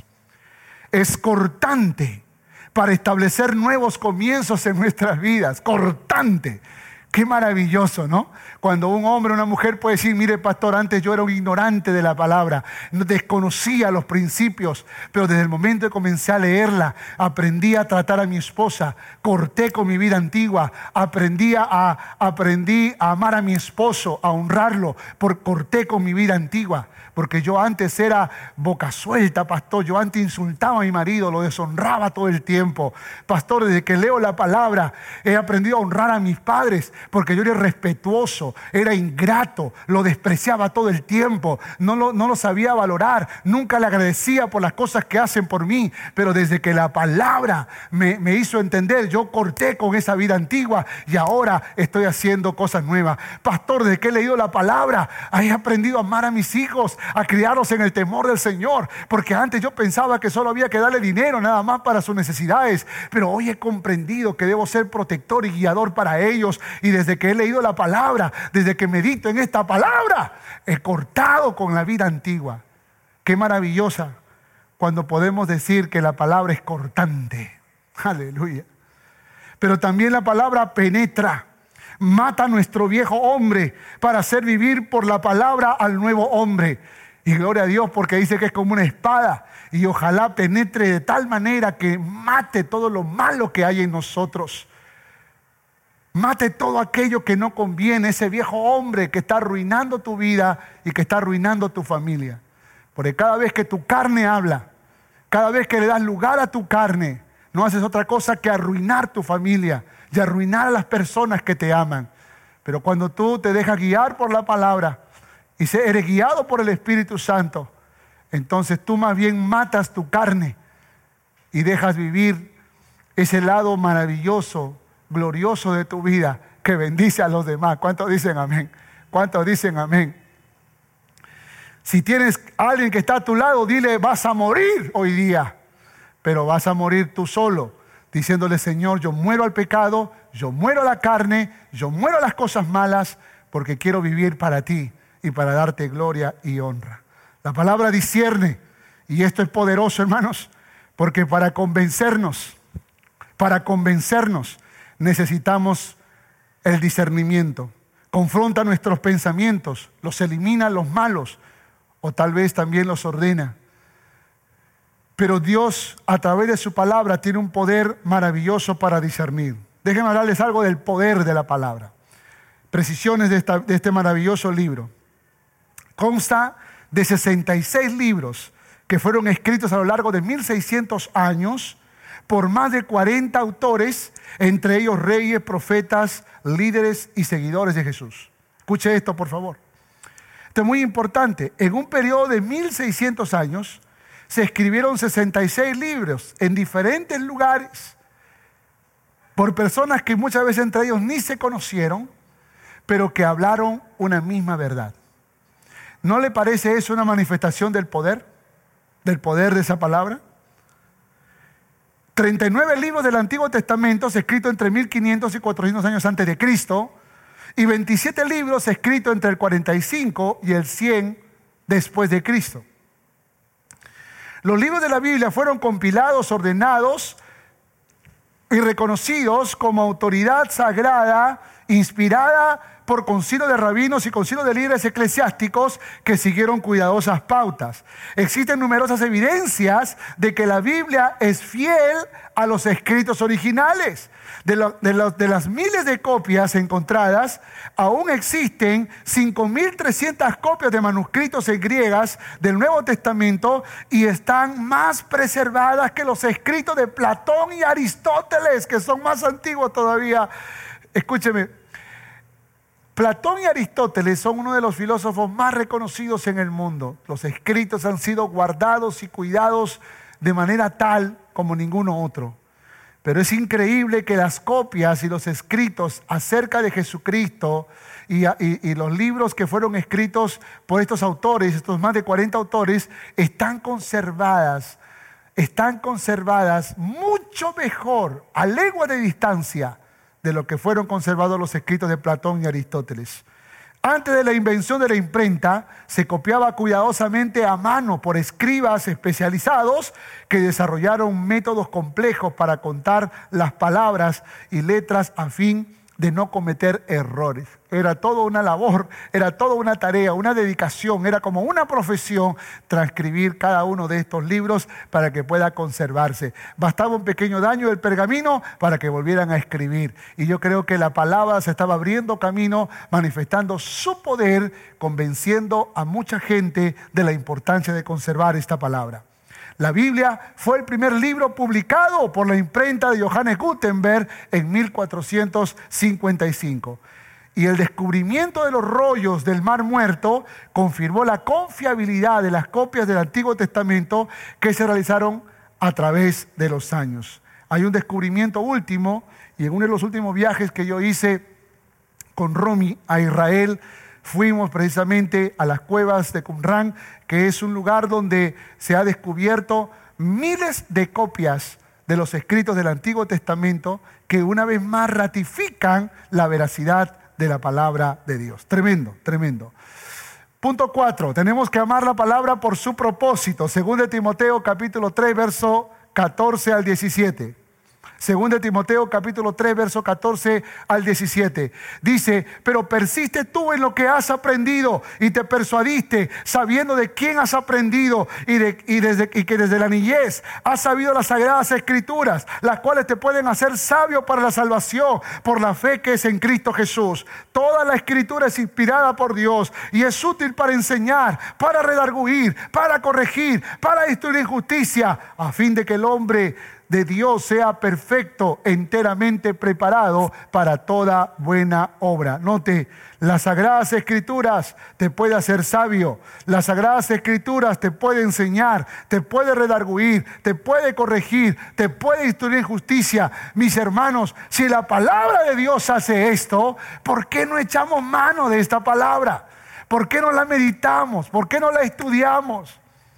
Es cortante para establecer nuevos comienzos en nuestras vidas. Cortante. Qué maravilloso, ¿no? Cuando un hombre o una mujer puede decir, mire pastor, antes yo era un ignorante de la palabra, no desconocía los principios, pero desde el momento que comencé a leerla, aprendí a tratar a mi esposa, corté con mi vida antigua, aprendí a, aprendí a amar a mi esposo, a honrarlo, por corté con mi vida antigua. Porque yo antes era boca suelta, pastor. Yo antes insultaba a mi marido, lo deshonraba todo el tiempo. Pastor, desde que leo la palabra, he aprendido a honrar a mis padres, porque yo era irrespetuoso, era ingrato, lo despreciaba todo el tiempo, no lo, no lo sabía valorar, nunca le agradecía por las cosas que hacen por mí. Pero desde que la palabra me, me hizo entender, yo corté con esa vida antigua y ahora estoy haciendo cosas nuevas. Pastor, desde que he leído la palabra, he aprendido a amar a mis hijos, a criarlos en el temor del Señor, porque antes yo pensaba que solo había que darle dinero nada más para sus necesidades, pero hoy he comprendido que debo ser protector y guiador para ellos. Y desde que he leído la palabra, desde que medito en esta palabra, he cortado con la vida antigua. Qué maravillosa cuando podemos decir que la palabra es cortante. Aleluya. Pero también la palabra penetra, mata a nuestro viejo hombre para hacer vivir por la palabra al nuevo hombre. Y gloria a Dios, porque dice que es como una espada y ojalá penetre de tal manera que mate todo lo malo que hay en nosotros. Mate todo aquello que no conviene, ese viejo hombre que está arruinando tu vida y que está arruinando tu familia. Porque cada vez que tu carne habla, cada vez que le das lugar a tu carne, no haces otra cosa que arruinar tu familia y arruinar a las personas que te aman. Pero cuando tú te dejas guiar por la palabra y eres guiado por el Espíritu Santo, entonces tú más bien matas tu carne y dejas vivir ese lado maravilloso, glorioso de tu vida que bendice a los demás. ¿Cuántos dicen amén? ¿Cuántos dicen amén? Si tienes a alguien que está a tu lado, dile, vas a morir hoy día, pero vas a morir tú solo, diciéndole, Señor, yo muero al pecado, yo muero a la carne, yo muero a las cosas malas, porque quiero vivir para ti y para darte gloria y honra. La palabra discierne, y esto es poderoso, hermanos, porque para convencernos, para convencernos, necesitamos el discernimiento. Confronta nuestros pensamientos, los elimina los malos, o tal vez también los ordena. Pero Dios, a través de su palabra, tiene un poder maravilloso para discernir. Déjenme hablarles algo del poder de la palabra. Precisiones de, esta, de este maravilloso libro. Consta de sesenta y seis libros que fueron escritos a lo largo de mil seiscientos años por más de cuarenta autores, entre ellos reyes, profetas, líderes y seguidores de Jesús. Escuche esto, por favor. Esto es muy importante. En un periodo de mil seiscientos años se escribieron sesenta y seis libros en diferentes lugares por personas que muchas veces entre ellos ni se conocieron, pero que hablaron una misma verdad. ¿No le parece eso una manifestación del poder? ¿Del poder de esa palabra? treinta y nueve libros del Antiguo Testamento escritos entre mil quinientos y cuatrocientos años antes de Cristo, y veintisiete libros escritos entre el cuarenta y cinco y el cien después de Cristo. Los libros de la Biblia fueron compilados, ordenados y reconocidos como autoridad sagrada, inspirada por concilio de rabinos y concilio de líderes eclesiásticos que siguieron cuidadosas pautas. Existen numerosas evidencias de que la Biblia es fiel a los escritos originales. De, lo, de, lo, de las miles de copias encontradas, aún existen cinco mil trescientas copias de manuscritos en griegas del Nuevo Testamento y están más preservadas que los escritos de Platón y Aristóteles, que son más antiguos todavía. Escúcheme, Platón y Aristóteles son uno de los filósofos más reconocidos en el mundo. Los escritos han sido guardados y cuidados de manera tal como ninguno otro. Pero es increíble que las copias y los escritos acerca de Jesucristo y, y, y los libros que fueron escritos por estos autores, estos más de cuarenta autores, están conservadas, están conservadas mucho mejor, a legua de distancia, de lo que fueron conservados los escritos de Platón y Aristóteles. Antes de la invención de la imprenta, se copiaba cuidadosamente a mano por escribas especializados que desarrollaron métodos complejos para contar las palabras y letras a fin de no cometer errores. Era toda una labor, era toda una tarea, una dedicación, era como una profesión transcribir cada uno de estos libros para que pueda conservarse. Bastaba un pequeño daño del pergamino para que volvieran a escribir. Y yo creo que la palabra se estaba abriendo camino, manifestando su poder, convenciendo a mucha gente de la importancia de conservar esta palabra. La Biblia fue el primer libro publicado por la imprenta de Johannes Gutenberg en mil cuatrocientos cincuenta y cinco. Y el descubrimiento de los rollos del Mar Muerto confirmó la confiabilidad de las copias del Antiguo Testamento que se realizaron a través de los años. Hay un descubrimiento último, y en uno de los últimos viajes que yo hice con Romy a Israel, fuimos precisamente a las cuevas de Qumran, que es un lugar donde se ha descubierto miles de copias de los escritos del Antiguo Testamento que una vez más ratifican la veracidad de la palabra de Dios. Tremendo, tremendo. Punto cuatro, tenemos que amar la palabra por su propósito. Según de Timoteo capítulo tres, verso catorce al diecisiete. Segunda de Timoteo capítulo tres, verso catorce al diecisiete. Dice, pero persiste tú en lo que has aprendido y te persuadiste, sabiendo de quién has aprendido y, de, y, desde, y que desde la niñez has sabido las sagradas escrituras, las cuales te pueden hacer sabio para la salvación por la fe que es en Cristo Jesús. Toda la escritura es inspirada por Dios y es útil para enseñar, para redarguir, para corregir, para instruir en justicia, a fin de que el hombre de Dios sea perfecto, enteramente preparado para toda buena obra. Note, las Sagradas Escrituras te pueden hacer sabio. Las Sagradas Escrituras te pueden enseñar, te puede redarguir, te puede corregir, te puede instruir en justicia. Mis hermanos, si la palabra de Dios hace esto, ¿por qué no echamos mano de esta palabra? ¿Por qué no la meditamos? ¿Por qué no la estudiamos?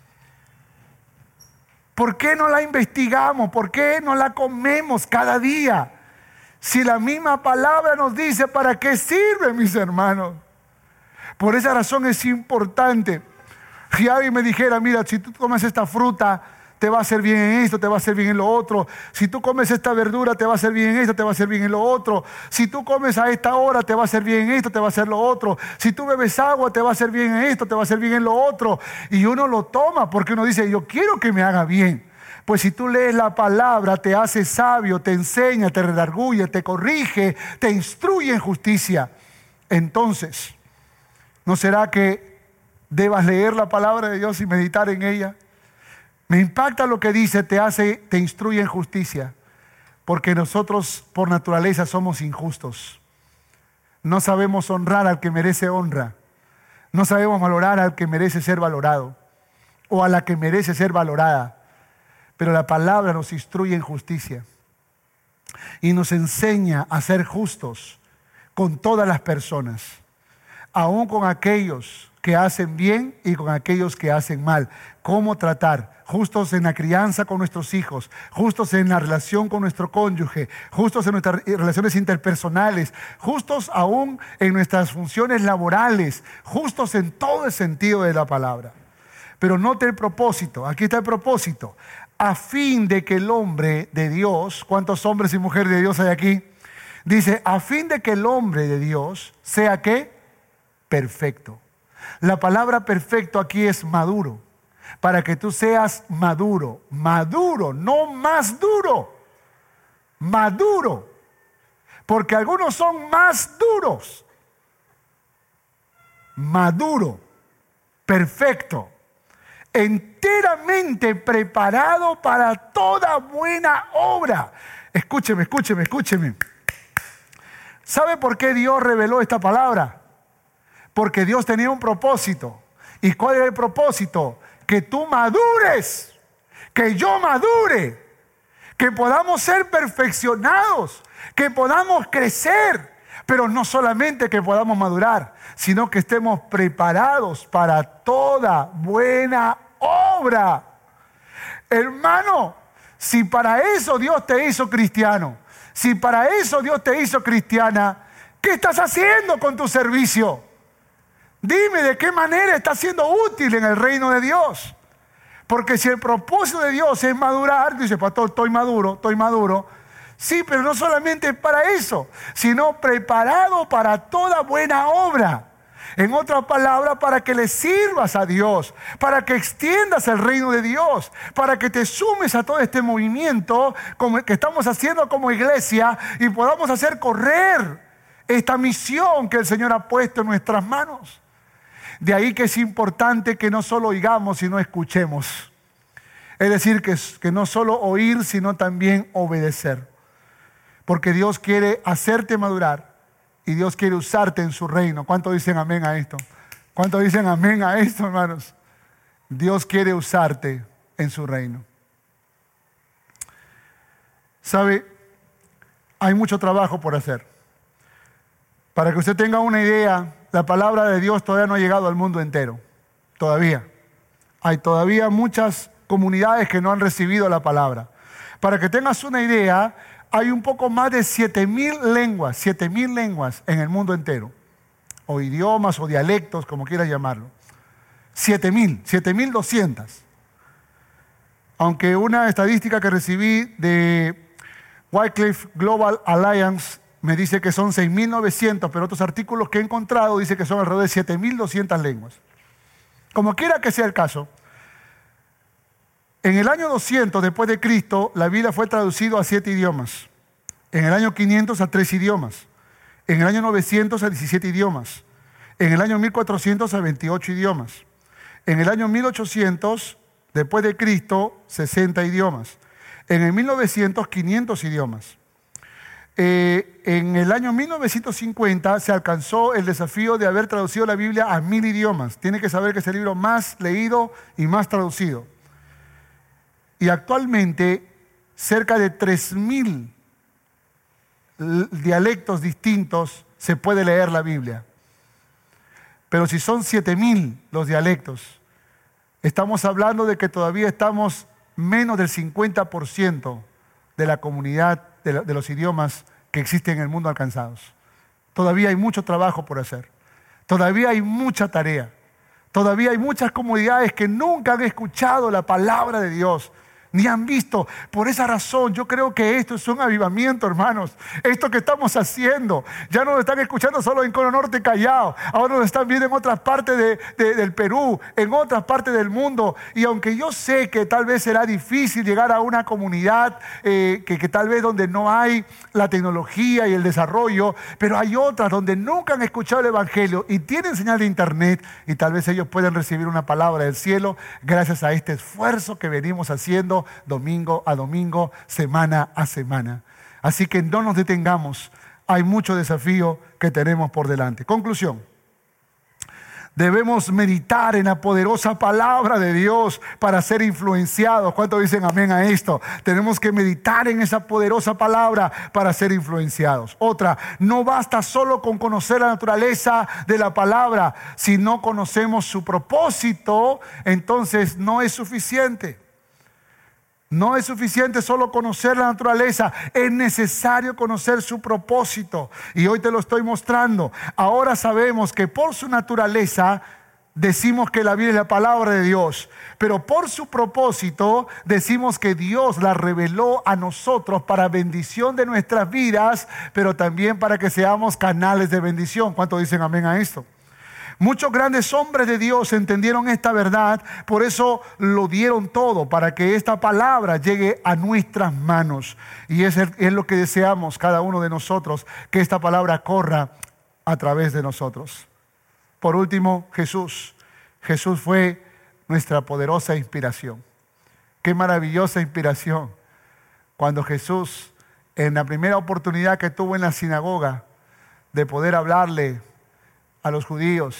¿Por qué no la investigamos? ¿Por qué no la comemos cada día? Si la misma palabra nos dice para qué sirve, mis hermanos. Por esa razón es importante. Si alguien me dijera, mira, si tú comes esta fruta, te va a hacer bien en esto, te va a hacer bien en lo otro. Si tú comes esta verdura, te va a hacer bien en esto, te va a hacer bien en lo otro. Si tú comes a esta hora, te va a hacer bien en esto, te va a hacer lo otro. Si tú bebes agua, te va a hacer bien en esto, te va a hacer bien en lo otro. Y uno lo toma porque uno dice, yo quiero que me haga bien. Pues si tú lees la palabra, te hace sabio, te enseña, te redarguye, te corrige, te instruye en justicia. Entonces, ¿no será que debas leer la palabra de Dios y meditar en ella? Me impacta lo que dice, te hace, te instruye en justicia, porque nosotros por naturaleza somos injustos. No sabemos honrar al que merece honra. No sabemos valorar al que merece ser valorado o a la que merece ser valorada. Pero la palabra nos instruye en justicia y nos enseña a ser justos con todas las personas, aun con aquellos que hacen bien y con aquellos que hacen mal. Cómo tratar, justos en la crianza con nuestros hijos, justos en la relación con nuestro cónyuge, justos en nuestras relaciones interpersonales, justos aún en nuestras funciones laborales, justos en todo el sentido de la palabra. Pero note el propósito, aquí está el propósito. A fin de que el hombre de Dios, ¿cuántos hombres y mujeres de Dios hay aquí? Dice, a fin de que el hombre de Dios sea ¿qué? Perfecto. La palabra perfecto aquí es maduro. Para que tú seas maduro, maduro, no más duro, maduro. Porque algunos son más duros. Maduro, perfecto. Enteramente preparado para toda buena obra. Escúcheme, escúcheme, escúcheme. ¿Sabe por qué Dios reveló esta palabra? Porque Dios tenía un propósito. ¿Y cuál era el propósito? Que tú madures, que yo madure, que podamos ser perfeccionados, que podamos crecer. Pero no solamente que podamos madurar, sino que estemos preparados para toda buena obra. Hermano, si para eso Dios te hizo cristiano, si para eso Dios te hizo cristiana, ¿qué estás haciendo con tu servicio? Dime de qué manera estás siendo útil en el reino de Dios. Porque si el propósito de Dios es madurar, dice, pastor, estoy maduro, estoy maduro. Sí, pero no solamente para eso, sino preparado para toda buena obra. En otras palabras, para que le sirvas a Dios, para que extiendas el reino de Dios, para que te sumes a todo este movimiento como que estamos haciendo como iglesia y podamos hacer correr esta misión que el Señor ha puesto en nuestras manos. De ahí que es importante que no solo oigamos, sino escuchemos. Es decir, que, que no solo oír, sino también obedecer. Porque Dios quiere hacerte madurar y Dios quiere usarte en su reino. ¿Cuántos dicen amén a esto? ¿Cuántos dicen amén a esto, hermanos? Dios quiere usarte en su reino. ¿Sabe? Hay mucho trabajo por hacer. Para que usted tenga una idea, la palabra de Dios todavía no ha llegado al mundo entero. Todavía. Hay todavía muchas comunidades que no han recibido la palabra. Para que tengas una idea, hay un poco más de siete mil lenguas, siete mil lenguas en el mundo entero. O idiomas o dialectos, como quieras llamarlo. siete mil, siete mil doscientas. Aunque una estadística que recibí de, Wycliffe Global Alliance me dice que son seis mil novecientos, pero otros artículos que he encontrado dicen que son alrededor de siete mil doscientas lenguas. Como quiera que sea el caso, en el año doscientos después de Cristo, la Biblia fue traducida a siete idiomas. En el año quinientos a tres idiomas. En el año novecientos a diecisiete idiomas. En el año mil cuatrocientos a veintiocho idiomas. En el año mil ochocientos, después de Cristo, sesenta idiomas. En el mil novecientos, quinientos idiomas. Eh, en el año mil novecientos cincuenta se alcanzó el desafío de haber traducido la Biblia a mil idiomas. Tiene que saber que es el libro más leído y más traducido. Y actualmente, cerca de tres mil dialectos distintos se puede leer la Biblia. Pero si son siete mil los dialectos, estamos hablando de que todavía estamos menos del cincuenta por ciento de la comunidad de, la, de los idiomas que existen en el mundo alcanzados. Todavía hay mucho trabajo por hacer. Todavía hay mucha tarea. Todavía hay muchas comunidades que nunca han escuchado la palabra de Dios, ni han visto. Por esa razón, yo creo que esto es un avivamiento, hermanos. Esto que estamos haciendo, ya no lo están escuchando solo en Cono Norte, Callao. Ahora lo están viendo en otras partes de, de, del Perú, en otras partes del mundo. Y aunque yo sé que tal vez será difícil llegar a una comunidad eh, que, que tal vez donde no hay la tecnología y el desarrollo, pero hay otras donde nunca han escuchado el Evangelio y tienen señal de internet, y tal vez ellos pueden recibir una palabra del cielo gracias a este esfuerzo que venimos haciendo domingo a domingo, semana a semana. Así que no nos detengamos. Hay mucho desafío que tenemos por delante. Conclusión. Debemos meditar en la poderosa palabra de Dios para ser influenciados. ¿Cuántos dicen amén a esto? Tenemos que meditar en esa poderosa palabra para ser influenciados. Otra, no basta solo con conocer la naturaleza de la palabra. Si no conocemos su propósito, entonces no es suficiente. No es suficiente solo conocer la naturaleza, es necesario conocer su propósito. Y hoy te lo estoy mostrando. Ahora sabemos que por su naturaleza decimos que la Biblia es la palabra de Dios, pero por su propósito decimos que Dios la reveló a nosotros para bendición de nuestras vidas, pero también para que seamos canales de bendición. ¿Cuántos dicen amén a esto? Muchos grandes hombres de Dios entendieron esta verdad, por eso lo dieron todo para que esta palabra llegue a nuestras manos. Y es, el, es lo que deseamos cada uno de nosotros, que esta palabra corra a través de nosotros. Por último, Jesús. Jesús fue nuestra poderosa inspiración. Qué maravillosa inspiración. Cuando Jesús, en la primera oportunidad que tuvo en la sinagoga de poder hablarle a los judíos,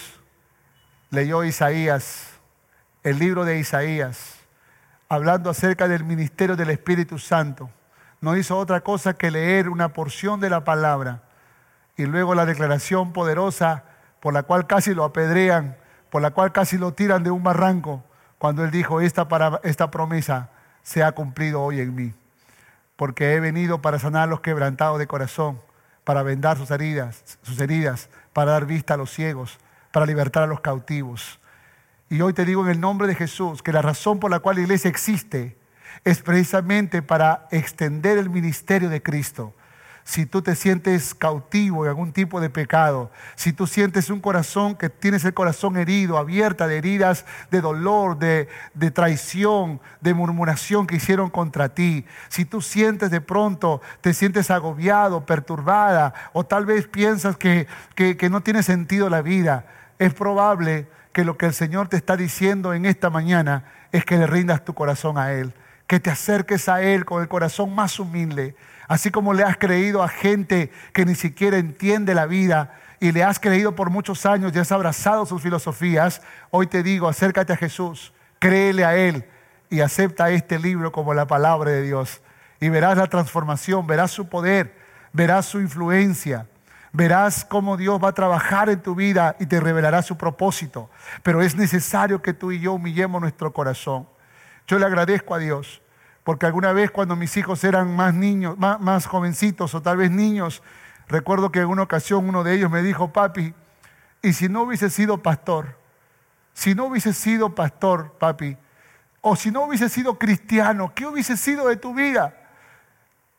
leyó Isaías, el libro de Isaías, hablando acerca del ministerio del Espíritu Santo. No hizo otra cosa que leer una porción de la palabra y luego la declaración poderosa por la cual casi lo apedrean, por la cual casi lo tiran de un barranco, cuando él dijo, esta, para, esta promesa se ha cumplido hoy en mí, porque he venido para sanar a los quebrantados de corazón, para vendar sus heridas, sus heridas, para dar vista a los ciegos, para libertar a los cautivos. Y hoy te digo en el nombre de Jesús que la razón por la cual la iglesia existe es precisamente para extender el ministerio de Cristo. Si tú te sientes cautivo en algún tipo de pecado, si tú sientes un corazón que tienes el corazón herido, abierta de heridas de dolor, de, de traición, de murmuración que hicieron contra ti, si tú sientes de pronto, te sientes agobiado, perturbada, o tal vez piensas que, que, que no tiene sentido la vida, es probable que lo que el Señor te está diciendo en esta mañana es que le rindas tu corazón a Él, que te acerques a Él con el corazón más humilde. Así como le has creído a gente que ni siquiera entiende la vida y le has creído por muchos años y has abrazado sus filosofías, hoy te digo, acércate a Jesús, créele a Él y acepta este libro como la palabra de Dios. Y verás la transformación, verás su poder, verás su influencia, verás cómo Dios va a trabajar en tu vida y te revelará su propósito. Pero es necesario que tú y yo humillemos nuestro corazón. Yo le agradezco a Dios. Porque alguna vez cuando mis hijos eran más niños, más, más jovencitos o tal vez niños, recuerdo que en una ocasión uno de ellos me dijo, papi, ¿y si no hubiese sido pastor? Si no hubiese sido pastor, papi, o si no hubiese sido cristiano, ¿qué hubiese sido de tu vida?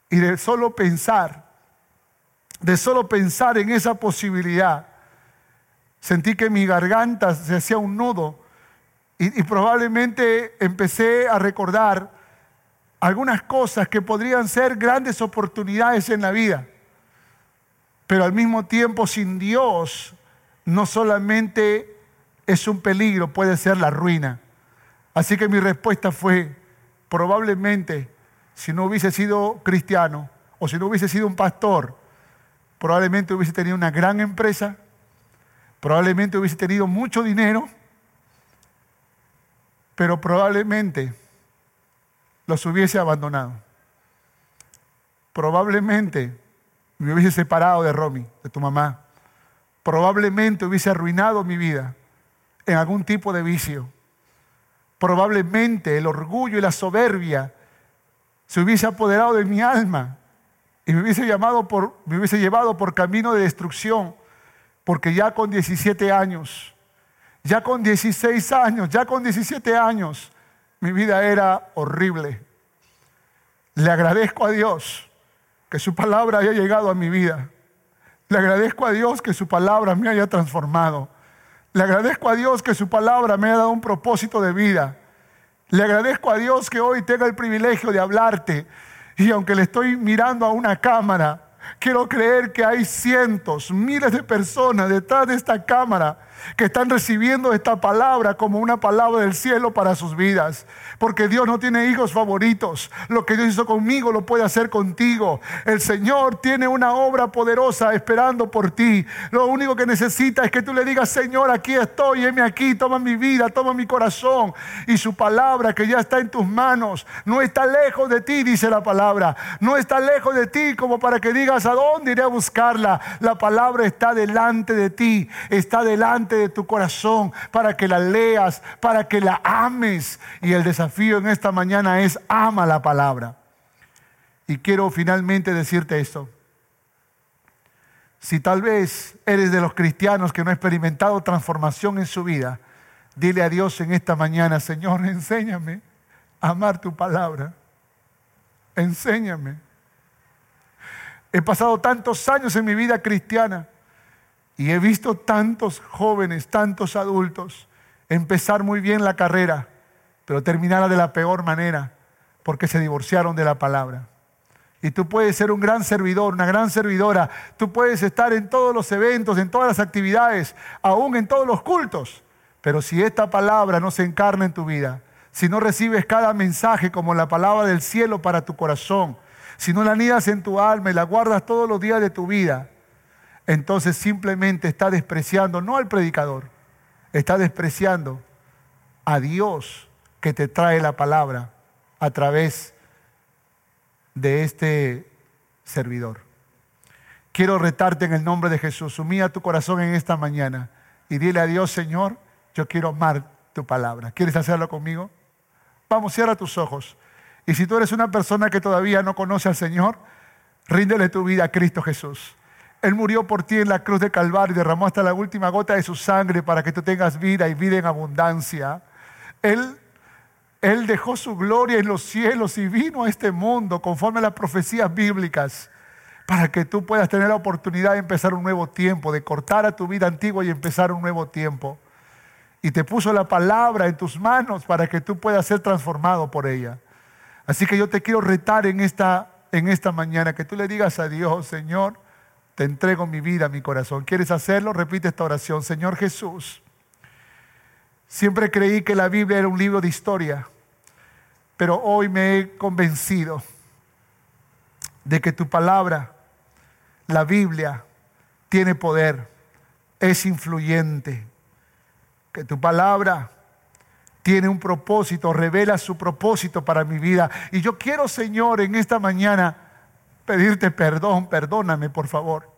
Y de solo pensar, de solo pensar en esa posibilidad, sentí que mi garganta se hacía un nudo y, y probablemente empecé a recordar algunas cosas que podrían ser grandes oportunidades en la vida. Pero al mismo tiempo, sin Dios, no solamente es un peligro, puede ser la ruina. Así que mi respuesta fue, probablemente, si no hubiese sido cristiano o si no hubiese sido un pastor, probablemente hubiese tenido una gran empresa, probablemente hubiese tenido mucho dinero, pero probablemente los hubiese abandonado. Probablemente me hubiese separado de Romy, de tu mamá. Probablemente hubiese arruinado mi vida en algún tipo de vicio. Probablemente el orgullo y la soberbia se hubiese apoderado de mi alma y me hubiese, llamado por, me hubiese llevado por camino de destrucción, porque ya con diecisiete años, ya con dieciséis años, ya con diecisiete años, mi vida era horrible. Le agradezco a Dios que su palabra haya llegado a mi vida. Le agradezco a Dios que su palabra me haya transformado. Le agradezco a Dios que su palabra me haya dado un propósito de vida. Le agradezco a Dios que hoy tenga el privilegio de hablarte. Y aunque le estoy mirando a una cámara, quiero creer que hay cientos, miles de personas detrás de esta cámara que están recibiendo esta palabra como una palabra del cielo para sus vidas. Porque Dios no tiene hijos favoritos. Lo que Dios hizo conmigo lo puede hacer contigo. El Señor tiene una obra poderosa esperando por ti. Lo único que necesita es que tú le digas: Señor, aquí estoy, heme aquí, toma mi vida, toma mi corazón. Y su palabra, que ya está en tus manos, no está lejos de ti, dice la palabra. No está lejos de ti como para que digas: ¿a dónde iré a buscarla? La palabra está delante de ti, está delante de tu corazón, para que la leas, para que la ames. Y el desafío en esta mañana es: ama la palabra. Y quiero finalmente decirte esto: si tal vez eres de los cristianos que no ha experimentado transformación en su vida, dile a Dios en esta mañana: Señor, enséñame a amar tu palabra. Enséñame. He pasado tantos años en mi vida cristiana y he visto tantos jóvenes, tantos adultos empezar muy bien la carrera, pero terminarla de la peor manera porque se divorciaron de la palabra. Y tú puedes ser un gran servidor, una gran servidora. Tú puedes estar en todos los eventos, en todas las actividades, aún en todos los cultos. Pero si esta palabra no se encarna en tu vida, si no recibes cada mensaje como la palabra del cielo para tu corazón, si no la anidas en tu alma y la guardas todos los días de tu vida, entonces simplemente está despreciando no al predicador, está despreciando a Dios que te trae la palabra a través de este servidor. Quiero retarte en el nombre de Jesús. Humilla tu corazón en esta mañana y dile a Dios: Señor, yo quiero amar tu palabra. ¿Quieres hacerlo conmigo? Vamos, cierra tus ojos. Y si tú eres una persona que todavía no conoce al Señor, ríndele tu vida a Cristo Jesús. Él murió por ti en la cruz de Calvario y derramó hasta la última gota de su sangre para que tú tengas vida y vida en abundancia. Él, Él dejó su gloria en los cielos y vino a este mundo conforme a las profecías bíblicas para que tú puedas tener la oportunidad de empezar un nuevo tiempo, de cortar a tu vida antigua y empezar un nuevo tiempo. Y te puso la palabra en tus manos para que tú puedas ser transformado por ella. Así que yo te quiero retar en esta, en esta mañana, que tú le digas a Dios: Señor, te entrego mi vida, mi corazón. ¿Quieres hacerlo? Repite esta oración: Señor Jesús, siempre creí que la Biblia era un libro de historia, pero hoy me he convencido de que tu palabra, la Biblia, tiene poder, es influyente, que tu palabra tiene un propósito, revela su propósito para mi vida. Y yo quiero, Señor, en esta mañana pedirte perdón, perdóname por favor.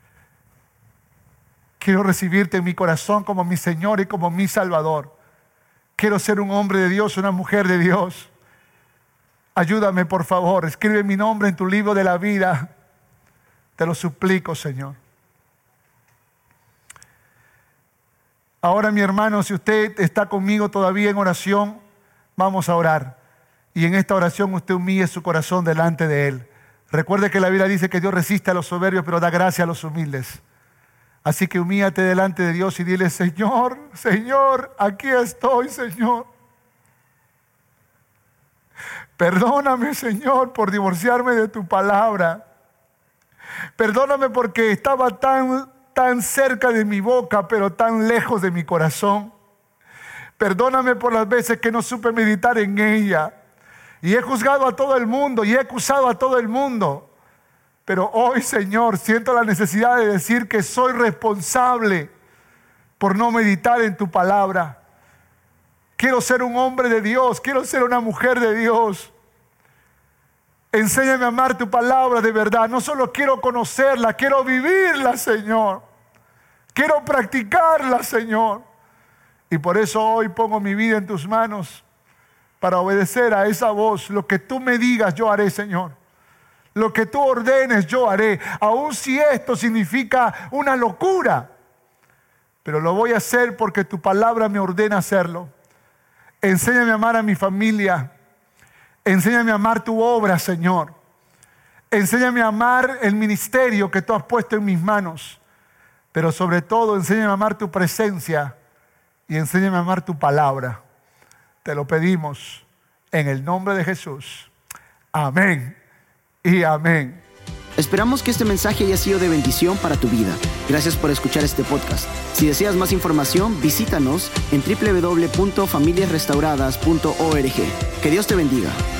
Quiero recibirte en mi corazón como mi Señor y como mi Salvador. Quiero ser un hombre de Dios, una mujer de Dios. Ayúdame por favor, escribe mi nombre en tu libro de la vida. Te lo suplico, Señor. Ahora, mi hermano, si usted está conmigo todavía en oración, vamos a orar. Y en esta oración usted humille su corazón delante de Él. Recuerde que la Biblia dice que Dios resiste a los soberbios, pero da gracia a los humildes. Así que humíllate delante de Dios y dile: Señor, Señor, aquí estoy, Señor. Perdóname, Señor, por divorciarme de tu palabra. Perdóname porque estaba tan, tan cerca de mi boca, pero tan lejos de mi corazón. Perdóname por las veces que no supe meditar en ella. Y he juzgado a todo el mundo y he acusado a todo el mundo. Pero hoy, Señor, siento la necesidad de decir que soy responsable por no meditar en tu palabra. Quiero ser un hombre de Dios, quiero ser una mujer de Dios. Enséñame a amar tu palabra de verdad. No solo quiero conocerla, quiero vivirla, Señor. Quiero practicarla, Señor. Y por eso hoy pongo mi vida en tus manos para obedecer a esa voz. Lo que tú me digas, yo haré, Señor. Lo que tú ordenes, yo haré. Aun si esto significa una locura. Pero lo voy a hacer porque tu palabra me ordena hacerlo. Enséñame a amar a mi familia. Enséñame a amar tu obra, Señor. Enséñame a amar el ministerio que tú has puesto en mis manos. Pero sobre todo, enséñame a amar tu presencia y enséñame a amar tu palabra. Te lo pedimos en el nombre de Jesús. Amén y amén. Esperamos que este mensaje haya sido de bendición para tu vida. Gracias por escuchar este podcast. Si deseas más información, visítanos en doble u doble u doble u punto familias restauradas punto org. Que Dios te bendiga.